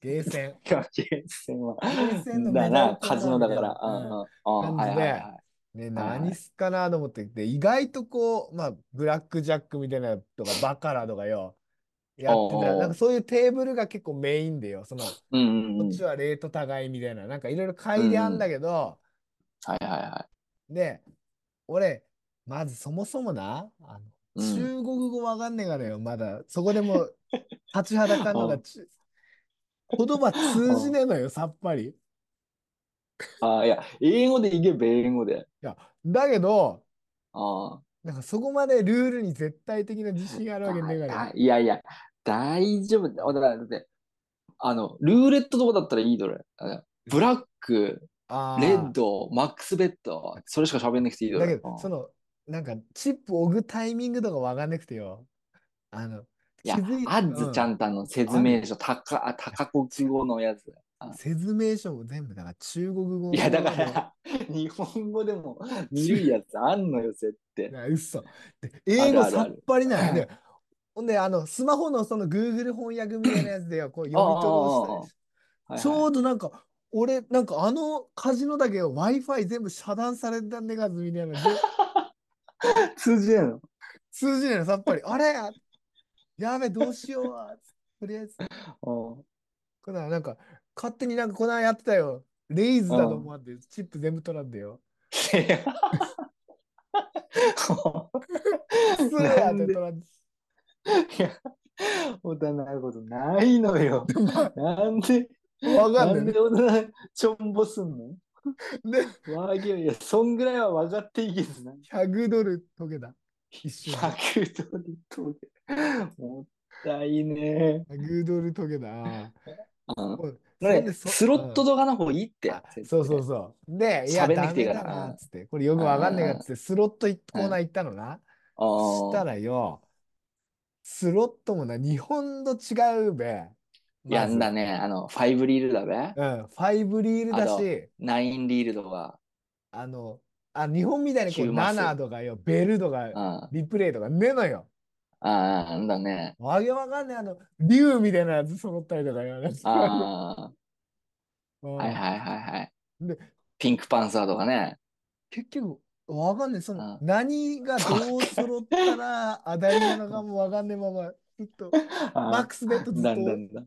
ゲーセン。 ゲーセンは。 ゲーセンのメだな、 ダルトカーナみたいジノだから。うんうな、 ん。はいはい感じで、 はい。 ね、 はいはい。 何すっかなと思ってて、意外とこう、まあ、ブラックジャックみたいなやつとか、バカラとかよ、やってた。なんかおー。 そういうテーブルが結構メインでよ、 うんうんうん。 こっちはレート高いみたいな、なんかいろいろう買いであんだんうん。 けど、 はいはいはで、俺、まずそもそもい。うん。 中国語わかんねえからよ、まだ。そこでもう立ちはだかんのが言葉通じねえのよ、さっぱり。いいや、英語でいけば英語で。 や、だけど、 あなんかそこまでルールに絶対的な自信があるわけねえからよ。 いやいや、大丈夫。だって、ルーレットとかだったらいいどれ。ブラック、レッあド、マックスベッド、それしか喋んなくていいあ、 どれ。 だけど、なんか、チップ置くタイミングとかわかんなくてよ。あの、 いや、 うん、 ちゃんと説あるよ。 明書、多国語のやつ。 説明書も全部、だから中国いや、だか語で、 ら、日本語でも見るやつあんのよ、設定。 嘘。で、 あ英語さっるあるある。 ぱりない。で、ほんで、スマホのその Google 翻訳みたいなやつでよ、こうあ読み通したりあ、 しちょはいはい。 うどなんか、俺、なんかカジノだけよ、Wi-Fi 全部遮断されたねがずみたいな、 通じないの？ 通じないのさっぱり。あれやべ、どうしようとりあえず、 うんなんか、勝手になんかこの間やってたよ。レイズうん。 だと思って、チップ全部取らんでよ。 いやすーやっなんで、 て取らんで。 いや、大人なことないのよ。 で、まなんで、 あ、わかんなんでないね。 大人ちょんぼすんの？ で、 わげいや、そんぐらいは分かっていいけどな。 100ドル溶けた。一瞬で。 100ドルともったいね 100ドル溶けた。 え。うん。 もうそんで、 スロットうん。 とかの方がいいって、絶そうそう対。 そう。で、いや、 喋んなくていいかダメだな、 ら。 つって。これよくうん。 わかんねえかっうん。 つって、スロットうん。 コーナー行ったのな。 あしたーらよ、スロットもな、日本と違うべ。 いやまず。 んだね。5リールだべ。 うん、5リールあと、 だし、 9リールとか、 あの、日本みたいにこう、 9マ 7 ス。 とかよ、ベルとか、 うん。 リプレイとかねえのよ。 だね。 わけわかんねえ、竜みたいなやつ揃ったりとかよ。なんかあはいうんはいはいはい。 で、 ピンクパンサーとかね。 結局、わかんねえ。 うん。わ何がどう揃ったら当たりなのかもわかんねえまま、ずっと、マッあクスベッドずっと、 だんだんだ。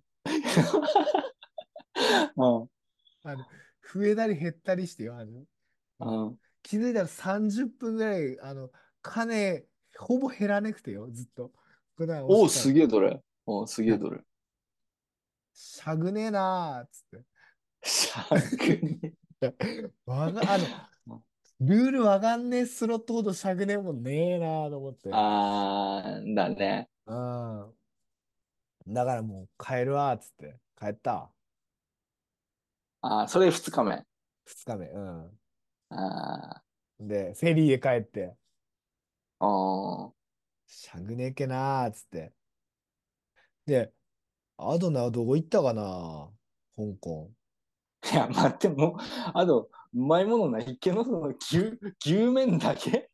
うん。 あの、増えたり減ったりしてよ。うん、 うん。 気づいたら30分ぐらい、金、ほぼ減らなくてよ、ずっと。普段押おお、 したら。 すげえどれ。おお、すげえあどれ。 しゃぐねえなーっつって。 100ね。 わが、ルールわかんねえスロットほどしゃぐねえもんねえなーと思って。 だね。 うん。だからもう帰るわーっつって。帰ったわ。 それ2日目。 二日目。うあん。で、フェリーへ帰って、 あ、 しゃぐねえけなーっつって。で、アドナどこ行ったかな香港。 いや、待って、もう、うまいものないっけの、その、牛麺だけ？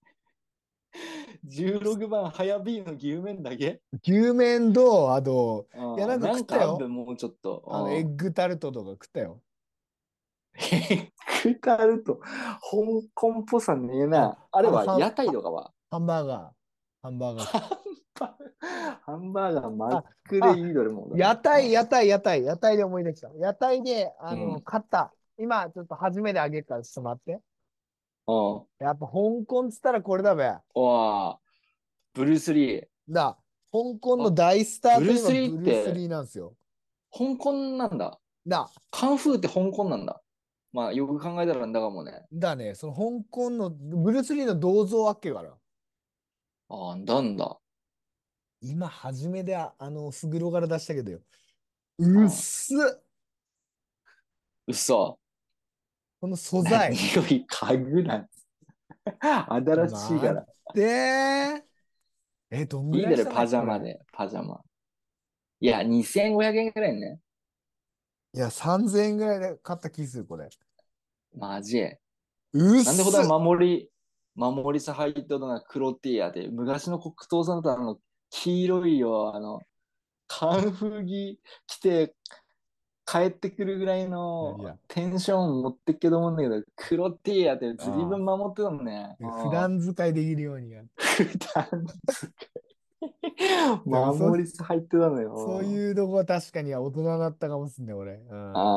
16 番、早 B の牛麺だけ？ 牛麺と、いや、なんかなんかあっべ、 食ったよ。 もうちょっエと。 ッグタルトとか食ったよ。 エッグタルト、香港っぽさねえな。 あ、 あれは、 ハン、 屋台とかは？ ハンバーガー。ハンバーガー食った。 ハンバーガー、マッあ、 クでいいどれもだね。 屋台で思い出した。屋台で、 うん。うん。 買った。今、ちょっと初めてあげるから、ちょっと待って。 うんやっぱ香港っつったらこれだべ。 おわブルース・リー。 だ、香港のあ、 大スターといえばブルース・リーブルース・リってーなんですよ。 香港なんだ。 だ、 カンフーって香港なんだ。まあ、よく考えたらんだかもね。 だね、その香港のブルース・リーの銅像あっけから。 なんだ。 今、初めでスグロから出したけどよ。うっあ、 すっ嘘。 この素材。 匂い嗅ぐな。新しいか待っら。 てどんぐいいだろ、 らいしたパねこれ。 ジャマで、パジャマ。いや、2500円くえんくらいね。 いや、3000円ぐらいで買った気する、これ。 マジで。 うっなんでほどすっ守りさ入ったのが黒ティアで、昔の黒糖さんだと黄色いよ、カンフー着着て、 帰ってくるぐらいいや、 のテンション持ってっけと思うんだけど、黒 T やって随あ分守ってたもんね。 あ、普段使いできるようにや。 普段使い。 でも守り入ってたのそうよ。 いうとこは確かに大人だったかもしんない、俺。うん。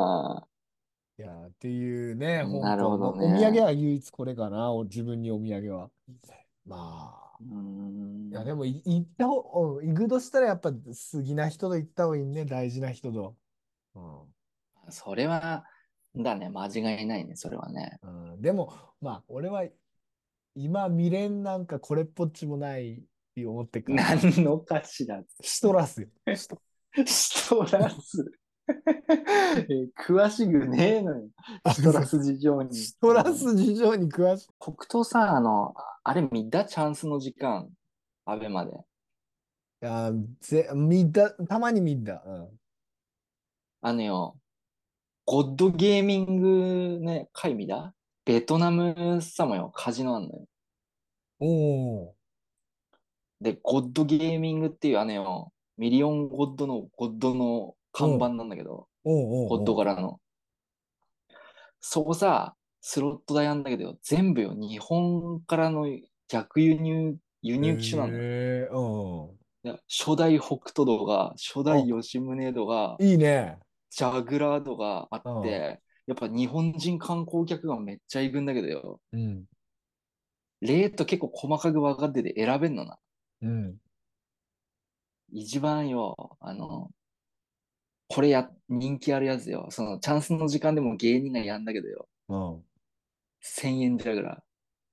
あいや、っていうね、 あ、 香港。 なるほどお土産ね。 は唯一これかな、自分にお土産は。まあ。 うーいや、 ん。 でも行った方、行くとしたらやっぱ好きな人と行った方がいいね、大事な人と。 それは、だね、間違いないね、それはね。 うんでも、まあ、俺は今未練なんかこれっぽっちもないって思ってっからさ、 何のかしら。 シトラスよ。 シトラス。詳しくねえのよ。 あ、 シトラス事情に。 シトラス事情に詳しい。 黒糖さ、あれ見たチャンスの時間、アベまで。 いや、たまに見た。うん。 あのよ、ゴッドゲーミングね、会見だベトナムさもよ、カジノあんのよ。 おお。 で、ゴッドゲーミングっていうよ、ミリオンゴッドの看板おうなんだけど、 おうゴッおうおう。 ド柄の。そこさ、スロット台なんだけど、全部よ、日本からの逆輸入機種なんだよ。 ええうん。 で初代北斗道が、初代あ、 吉宗道が、 いいね。 ジャグラードがあっうん。 て、やっぱ日本人観光客がめっちゃ行くんだけどよ。 うん。 レート結構細かく分かってて選べんのな。 うん。 一番よ、これ人気あるやつよ。そのチャンスの時間でも芸人がやんだけどよ。 うん。 1000円ジャグラー。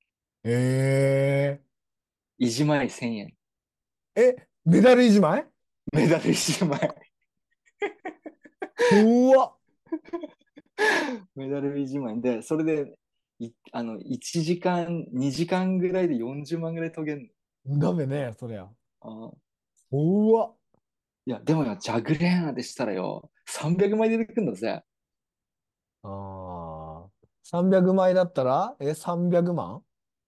え 1枚1000円。 メダル1枚。 メダル1枚。 怖っ。 メダル1枚で、それで、1時間、2時間ぐらいで40万ぐらい遂げんの。 ダメね、そりゃ。 あー怖っ。 いや、でもよ、ジャグレーンでしたらよ、300枚出てくるんだぜ。 ああ。300枚だったら、300万。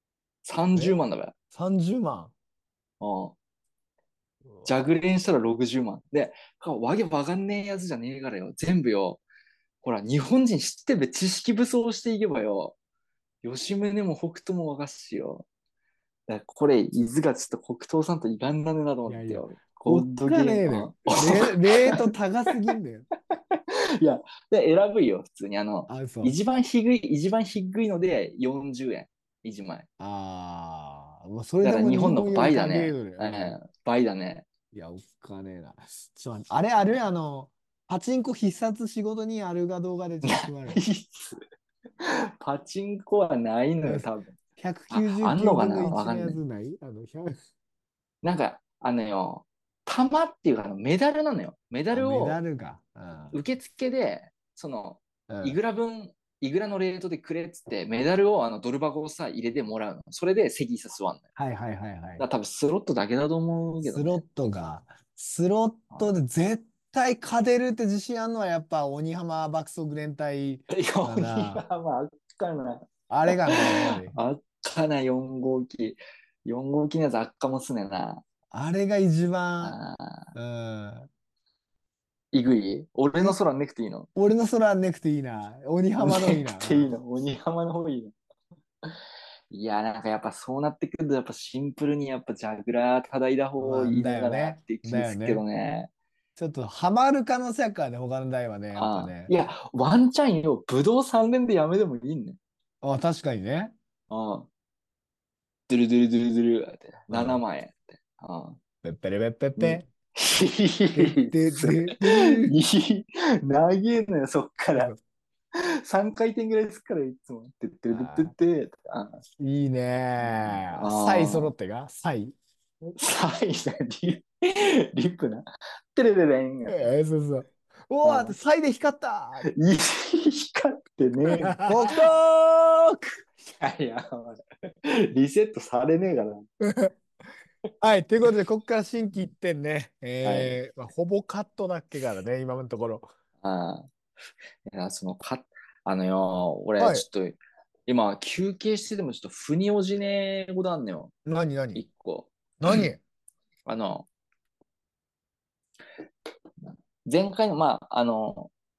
30 え万だべ。 ?30 万。 うんうジャグわレーンしたら60万。で、わけわかんねえやつじゃねえからよ。全部よ。ほら、日本人知ってるべ知識武装していけばよ。吉宗も北斗もわかっしよ。だからこれ、伊豆がちょっと北東さんといかんだねなといやいや、 思ってよ。ゴおっッドかゲーム、 ねえのよ。レート高すぎんだよ。 いや、で、選ぶよ、普通に。 あ、そう。 一番低いので40円。1枚。 ああ、もうそれだでもから日本の日本より倍だね。 高いので。うん。 倍だね。 いや、おっかねえな。あれ、あれ、パチンコ必殺仕事にあるが動画でちょっと配る。 パチンコはないのよ、 え多分。あん 199分ののかなわ 1のかんない。 やつない100。 なんか、玉っていうか、メダルなのよ。メダあ、メダルをルか。うん。 受付で、いうん。 くら分、いくらのレートでくれっつって、メダルをドル箱をさ、入れてもらうの。それで席さ座んのよ。だかはいはいはいはい。 ら多分スロットだけだと思うけどね。 スロットが、スロットで絶対勝てるって自信あるのはやっぱ鬼浜爆速連隊か 4 な。 はまあ、あっかな。 あれかな、やっぱり。 あっかな、4号機。4号機のやつあっかもっすねな。 あれが一番、 あうん。 いぐい俺のえ、 空ねくていいの俺の空なくていいな。鬼浜のいいねくていいな。 の鬼浜の方がいいのいや、なんかやっぱそうなってくると、やっぱシンプルにやっぱジャグラー叩いた方まあ、 いいのかなっだよね。 て気すっけどだよね。 ね。 ちょっとハマる可能性あるからね、他の台はね、やっぱね。 いや、ワンチャンよ、ブドウ3連でやめてもいいね。 あ、確かにね。 ドゥルドゥルドゥルドゥルって7 うん。 万円って。 ペッペレペッペッに、 ペ。てってすってってる。 いい、長えのよ、そっから。 そう 3回転ぐらいすっからいつも。てってるてっあてって。 いいねー。サイ揃ってがサイ。 サイだ、リップな。てれれれんやって。 そうそう。うわー、 あサイで光ったー。 いい光ってね北斗いや、リセットされねえから。 はい、ということで、ここから心機一転ね、 はい。 まあ、ほぼカットだっけからね、今のところ。 あいや、俺、 はい。 ちょっと、今、休憩してても、ちょっと、腑に落ちねえことあんのよ。 何何一個。 何あの、前回の、まあ、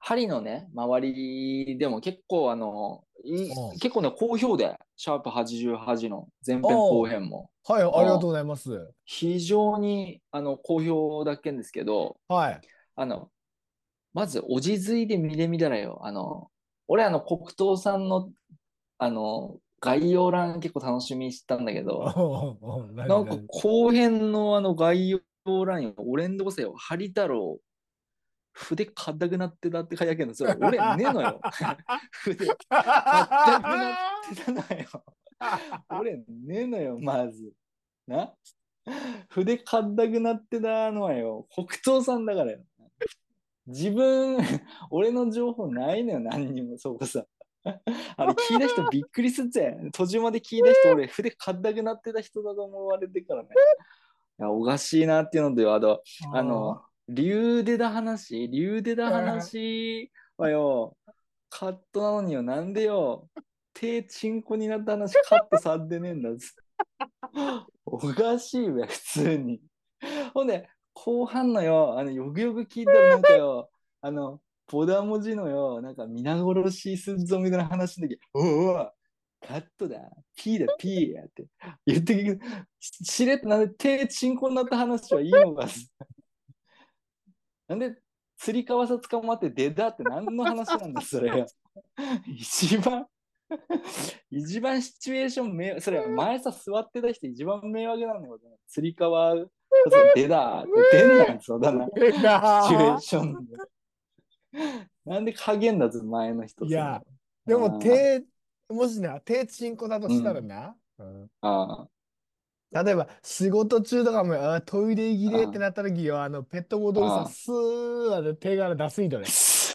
針のね、周りでも結構うん。 結構ね、好評で、シャープ88の前編後おー、 編も。 はい、ありがとうあございます。 非常に好評だっけんですけど、 はい。 あの、まず、おじずいで見れみだらよ。俺黒糖さんの、概要欄結構楽しみにしたんだけおど、 ーおー、 なんか何？ 後編の概要欄よ、俺んとこせよ、ハリ太郎、筆硬くなってたって書いてあるけど、それ俺ねえのよ。筆硬くなってたのよ。俺ねえのよ、まず。な筆硬くなってたのはよ、北東さんだからよ。自分、俺の情報ないのよ、何にも、そうこさ。あれ聞いた人びっくりすっぜ。途中まで聞いた人、俺、筆硬くなってた人だと思われてからね。いや、おかしいなっていうので、 あ竜でだ話はよ、カットなのによ、なんでよ、手チンコになった話カットされてねえんだぜ。おかしいべ、普通に。ほんで、後半のよ、よくよく聞いたらなんかよ、ボダ文字のよ、なんか皆殺しすっぞみたいな話の時、おうおう、カットだ、ピーだ、ピーやって言ってきて、しれっとなんで手チンコになった話はいいのか。なんで、釣り革さ捕まって出だって何の話なんだ、それ。一番、一番シチュエーションそれ前さ座ってた人一番迷惑なんだよ。釣り革、出だって出んなんそうだな。 えシチュエーなションで。なんで加減だぞ、前の人、それ。 いや、でもああ、 もしな、手チンコだとしたらうん、 な、うん、 あ例えば仕事中とかも、トイレ切れってあ、 なった時は、ペットボトルさ、 ああ。 スーって手から出すいとね。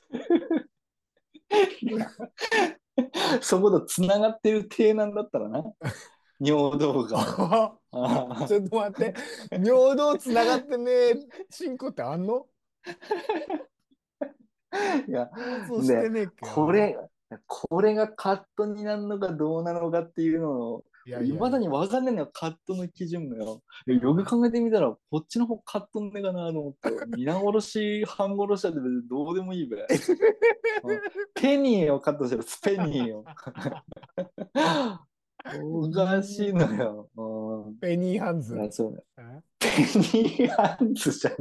そこと繋がってる体なんだったらな、尿道が。あちょっと待って、尿道つながってね、チンコってあんの？ あ、いや、 想像してで、 ねえけど。 これ、これがカットになるのかどうなのかっていうのを、 いやいいまだやいや。 に分かんないのよ、カットの基準がよ。よく考えてみたら、こっちの方カットんねえかなと思ってよ。皆殺し、半殺しだって別にどうでもいいべ。うんペニーをカットしてる、スペニーを。おかしいのよ。 ペニーハンいや、 ズ。 そうね。 あペニーハンズじゃん。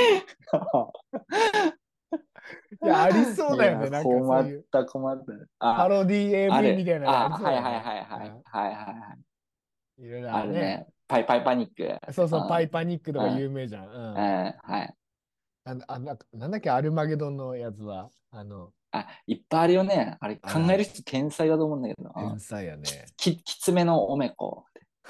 いや、ありそういや、 だよね。なんかそう困っいうた、困った。 パロディあ AV みる。 たいなのありそうはいはいだよね。 はいはい。はいはいはい。 いろいろあるね。 あるね。パイパニック。 そうそう、パイうん。 パニックとかうん。 有名じゃん。うん。 はい。 なんだっけ、アルマゲドンのやつは。 いっぱいあるよね。あれ考えるあるある。 人天才だと思うんだけど。うん。 天才やね。 きつめのおめこ。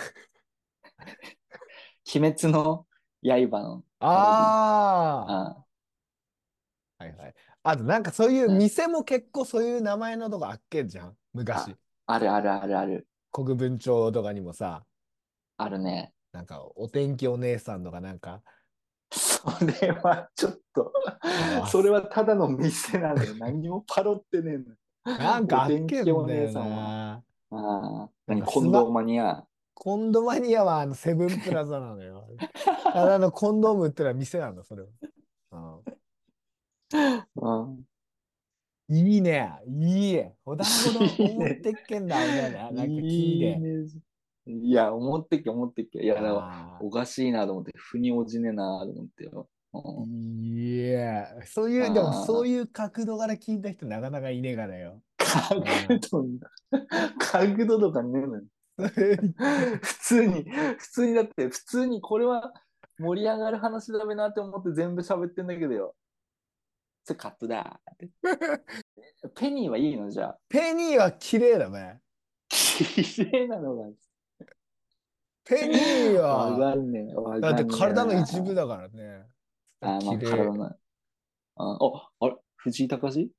鬼滅の刃のパロディ。 ああ、 あはいはい。あと、なんかそういうね。 店も結構そういう名前のとこあっけんじゃん。 あ、 昔。 あるあるあるある。 国分町とかにもさ、 あるね。 なんかお天気お姉さんとかなんか、 それはちょっと、 あ、 それはただの店なのよ。何もパロってねえのよ。 なんかあっお天け気お姉んだよさんは。 な。なんかコンドーマニア。 コンドマニアはセブンプラザなのよ。ただのコンドーム売ってる店なんだ、それは。 うん。 いいね。いいね。ほだほどいいね。 思ってっけんだ、俺はな。なんか聞いて。 いいね。いや、思ってっけ。いや、だからああ。 おかしいなと思って、腑に落ちねえなと思ってよ。 いや、そういう、でもそういう角度から聞いた人なかなかいねえからよ。 角あ度だ。角度とかねえのよ。普通にだって、普通にこれは盛り上がる話だべなって思って全部喋ってんだけどよ。それカットだ。ペニーはいいのじゃあ。 ペニーは綺麗だね。 綺麗なのが。 ペニーわは、 かんねえ。わだってかんねえ体の一部な。 だからね。 まあ、 綺麗。 体の。あれ藤井隆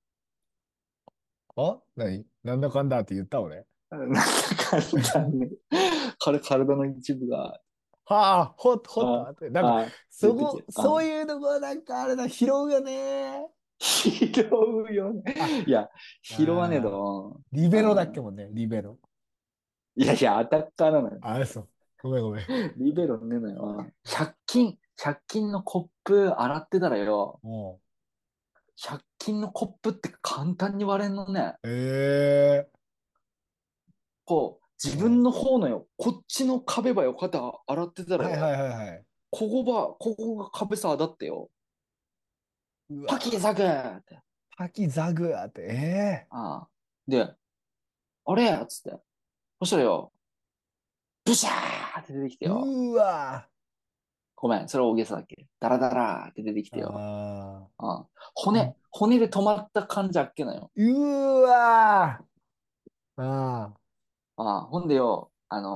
なんだかんだって言った俺。 なんだかんだね。体の一部が。 はあ、ほっとあ、 あって。なんか、 出てきた。 そういうとこはなんかあれだ、拾うよね。 拾うよね。 あ、 いや、拾わねえあーと。 リベロだっけもんね、リベロ。 いやいや、アタッカーなのよ。 そう。ごめんごめん。 リベロねえのよ。100均のコップ洗ってたらよ、 も 100均のコップって簡単に割れんのね。 ええこう、自うん。 分の方のよ、こっちの壁ばよ、こうやって洗ってたらよ、 はいはいはいはい。 ここが壁さ当たってよ、パキうわザクって。 滝ザグーって、ええああ。で、あれっつって。そしたらよ、ブシャーって出てきてよ。 うわごめん、それ大げさだっけ。ダラダラーって出てきてよ。 ああああ。 ー。 骨で止まった感じあっけのよ。 うわああ。 ああ。ほんでよ、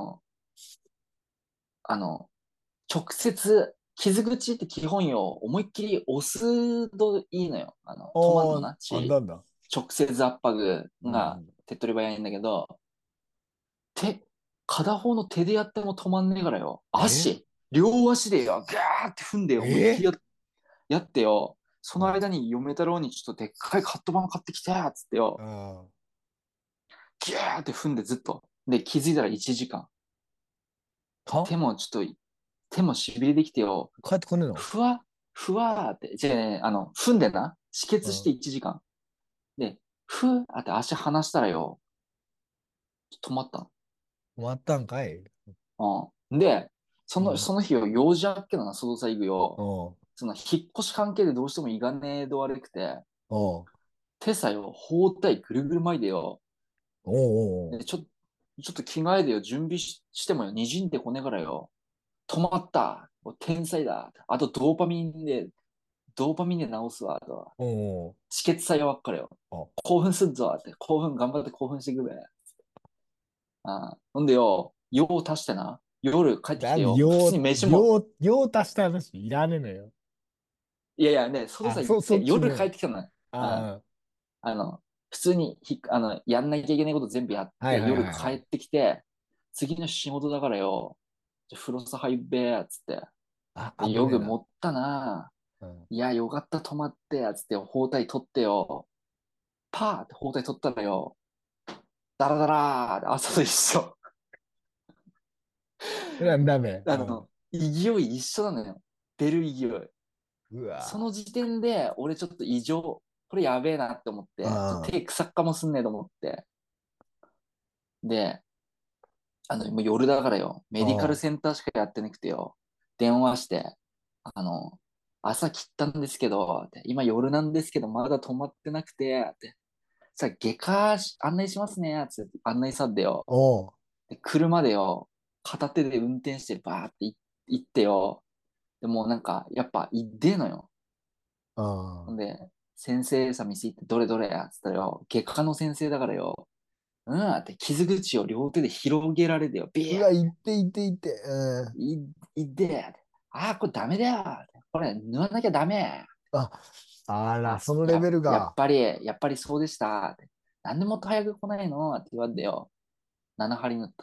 直接、傷口って基本よ、思いっきり押すといいのよ。止まんのおー、 な、 あんだんだ。 直接圧迫がうん。 手っ取り早いんだけど、片方の手でやっても止まんねえからよ。 え両足でよ、ガーって踏んで思いっきりえやってよ。そのうん。 間に嫁太郎にちょっとでっかいカットバン買ってきて、つってよ。 あギャーって踏んでずっと。で、気づいたら1時間。 あ。は手もちょっと、手もしびれてきてよ。 帰ってこねえの？ ふわ、ふわーって。じゃあね、踏んでな。止うん。 血して1時間。で、ふーって足離したらよ、止まった終わったんかい？ の。うん。で、 うん。 その日を用事あっけどな、外さ行くよ。 おうその引っ越し関係でどうしてもいがねえど悪くて、 おう手さよ、包帯ぐるぐる巻いてよ。 おうおうで、ちょっと着替えでよ、準備してもよ、にじんでこねえからよ。止まった。天才だ。あとドーパミンで治すわ。と。 おうおう止血作用ばっかりよ。 お興奮すんぞ。って。頑張って興奮してくれ。ほんでよ、用を足してな。夜帰ってきなんで、 てよ。普通に飯も、 用足した話いらねえのよ。 いやいやね、外あ、 さ行って、 そっち夜帰っね。 てきたのよ。うん。 ああの、普通にやんなきゃいけないこと全部やっあ、はいて、 はい夜帰っはいはい。 てきて、次の仕事だからよ、風呂さ入べーっつって。 あ、 で、よ危ねえな。 く持ったな。 うん。 いや、よかった、止まって、つって包帯取ってよ。パーって包帯取ったらよ、ダラダラーって朝と一緒。 ダメ。うん。 勢い一緒なのよ。出る勢い。 うわその時点で、俺ちょっと異常。これやべえなって思って、ちょっとあ手臭っかもすんねえと思って。で、もう夜だからよ、メディカルあ、 センターしかやってなくてよ、電話して、あの、朝切ったんですけど、って今夜なんですけど、まだ止まってなくて、って。さあ、案内しますね、つって案内さんでよ。 おう。 で、車でよ、片手で運転してバーって行ってよ。でもうなんか、やっぱ、いってえのよ。ほあんで、先生さ見せて、どれどれや、つったらよ、外科の先生だからよ、うんって傷口を両手で広げられてよ、ビーうわ、いっていっていって。うん。 い、いってああ、これダメだよ。これ縫わなきゃダメ。 あ、あら、 あ、 そのレベルが。 やっぱりそうでした。なんでもっと早く来ないのって言われてよ。7針縫った。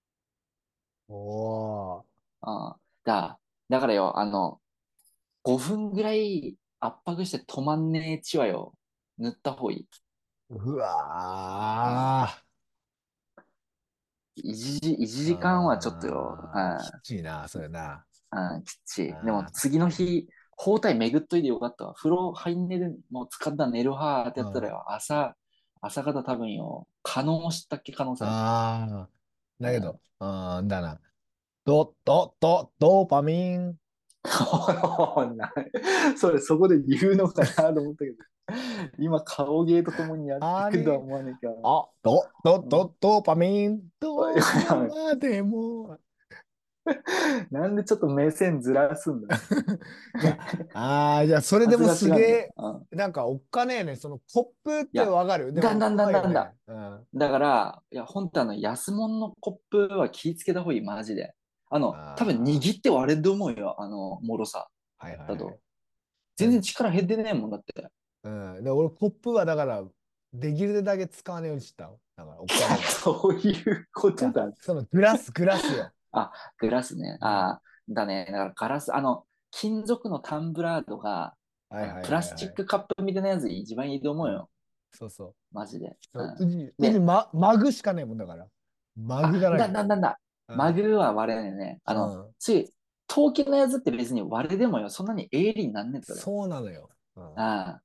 おー。 あだからよ、5分ぐらい圧迫して止まんねえ血はよ、塗った方がいい。 うあわ 1 ー。 時間はちょっとよ、 きっちいな、それな。 きっちい。でもあ次の日、包帯めぐっといてよかったわ。風呂入んねで、もう使った寝るはーってやったらあ、 よ、朝方多分よ、可能性ある。 ああ、 うん。 だけど、だな。ドーパミン。 そこで言うのかなと思ったけど、今顔芸とともにやってくるとはあれ、 思わないから。うん、 ドーパミン。どこいやまでも。 なんでちょっと目線ずらすんだ。 いや、じゃあ、それでもさすが違うんだ。 すげえ、なんかおっかねえね。そのコップっていや、 わかる？でも怖いよだ。 ね。うん。 だから、いや、本当安物のコップは気ぃつけた方がいい、マジで。多分あ握って割れると思うよ、脆さあ、はいはいだと。 はい。 全然力減ってねえもんだって。 うん。で、俺、コップはだから、できるだけ使わないようにしたの。だから、おっかねえから。いそういうことや、 だ。 そのグラスよ。 あ、グラスね。 うん。 だね。だからガラス、金属のタンブラーとか、 はいはいプラスチはいはい。 ックカップみたいなやつ一番いいと思うん。 うよ。 そうそう。 マジで。 そう、 うん。で、 マグしかねえもんだから。マグだらけ。 だ。 うん。 マグルは割れねえね。 うん。 陶器のやつって別に割れでもよ。そんなに鋭利になんねえとよ。 そうなのよ。うん。 ああ。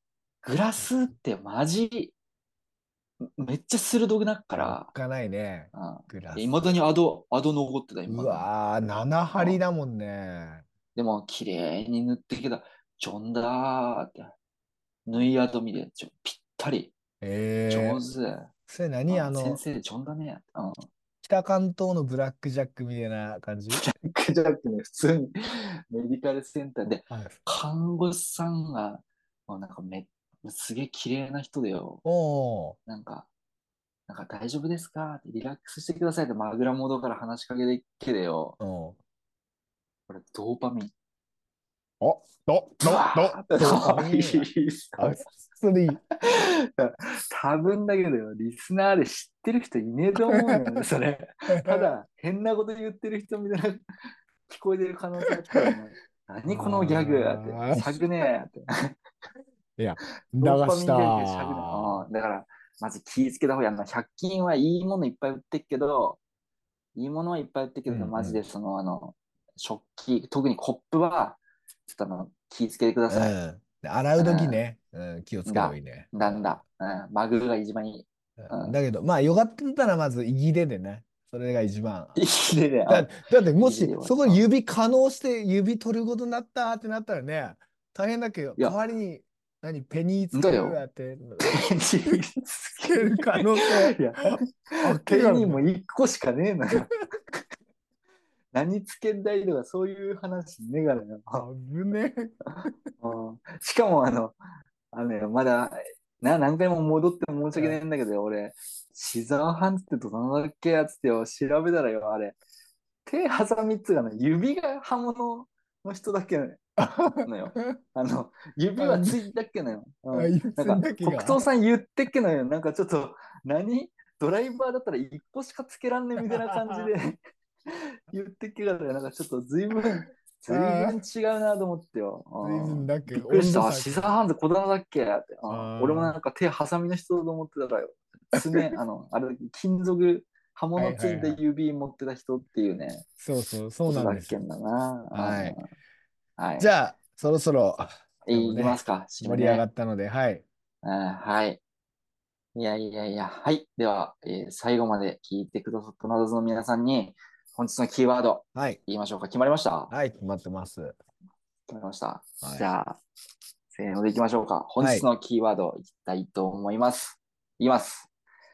グラスってマジ、めっちゃ鋭くなっかおっら、 かないね。グラいス。 まだにアド残ってた、いうまだに。 わー、7針だもんね。 でも、綺麗に塗ってけど、ジョンだーって。縫い跡見て、ぴったり。上手。 それ何先生、ジョンだね。 北関東のブラックジャックみたいな感じ？ クジャックね、普通にメディカルセンターで、 はい。 看護師さんが、なんかすげえ綺麗な人でよ。 おー。 なんか、大丈夫ですかってリラックスしてくださいってマグラモードから話しかけてけでよ。 おー。 これドーパミン。 お、 ブワーってドーパミンや。 いいあ、薬。 多分だけどよ、リスナーで知ってる人いねえと思うよね、それ。ただ、変なこと言ってる人みたいな聞こえてる可能性あったらね、何このギャグって、 あー尺ねって。 いや、流ドーパしミンギャグ尺ね。 た。 だから、まず気ぃつけた方がいい。100均はいいものいっぱい売ってるけど、いいものはいっぱい売ってるけど、マジで食器、特にコップは、ちょっと気ぃつけてくだうさい。 ん。で洗う時うね、気をつん。 けた方がいいね。 マグロが一番いい。 だけど、まあ、よかったらまず、イギレでね。それが一番。 いいね。 だってもし、 いいでよ。 そこに指可能して指取ることになったってなったらね、大変だけど、 いや、 代わりに、ペニーつけだよ。 るやって、 ペニーつける可能性、 いや、 あっけペからね。 ニーも1個しかねえのよ。何つけんだいとかそういう話ねえからよ。 危ねえ。 しかもよまだ、何回も戻って申し訳ないんだけど、俺、シザーハンズってどのだっけやつってよ、調べたらよ、あれ、手挟みっつうかね、指が刃物の人だけのよ。指はついたっけのよ。 ゆつんだけ特捜が。 さん言ってっけのよ。ちょっと、ドライバーだったら一個しかつけらんねみたいな感じで言ってっけからね、ちょっと随分違うなと思ってよ。 随分だけ、 びっくりした。 温度差が。 シザーハンズこだわだっけって。俺もあ手ハサミの人だと思ってたからよ。爪、金属、刃あ、は物ついたいはいはい。 指持ってた人っていうね、 そうことなんですよ。 だっけんだな。 はい。 はい。 じゃあ、そろそろ、今日もね、 いきますか、締め盛り上がね。 ったので、はい。 はい。いやいやいや、はい。では、最後まで聞いてくださったなどの皆さんに、本日のキーワード、 はい。 言いましょうか。決まりました？ はい、決まってます。 決まりました。 はい。 じゃあ、せーのでいきましょうか。本はい。 日のキーワード、いきたいと思います。いきます。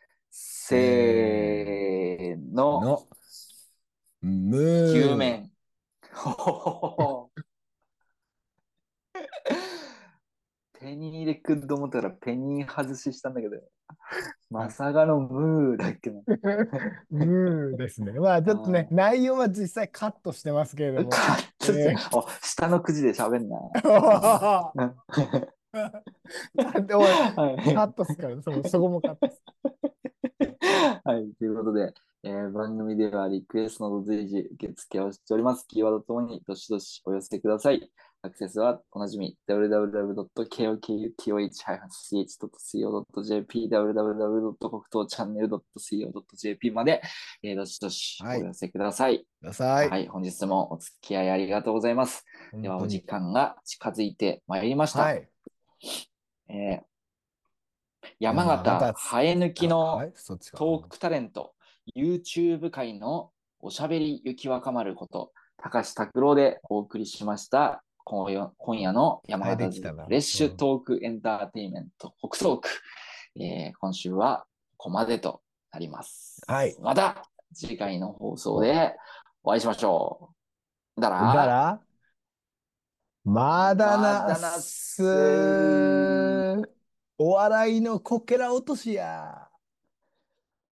せせーの、 ーの、ムー。 牛麺。ほほほほペニーで来ると思ったらペニー外ししたんだけど、まさかのムーだっけな。 ムーですね。まあ、ちょっとね、 あ内容は実際カットしてますけれどーカも。 ットして、下のくじで喋んな。 なんで、おい、カはい。 ットすから、そこもカットす。 はい。ということで、番組ではリクエストなど随時受付をしております。キーワードともにどしどしお寄せください。アクセスはおなじみ www.kokuth.co.jp www. 国東チャンネル .co.jp まで、どしどしはい。 お寄せください。 ください。 はい。本日もお付き合いありがとうございます。では、お時本当に。 間が近づいてまいりました。 はい。 えーいやー、ま山形た生え抜きのはい、そっちか。 トークタレント、YouTube 界のおしゃべり雪若丸こと、高橋拓郎でお送りしました。今夜の山生えて形きたな。 フレッシュうん。 トークエンターテインメント北トーク。今週はここまでとなります。 はい。 また次回の放送でお会いしましょう。だら、 だら、まだなっまだなっす。 せー。 お笑いのこけら落としや。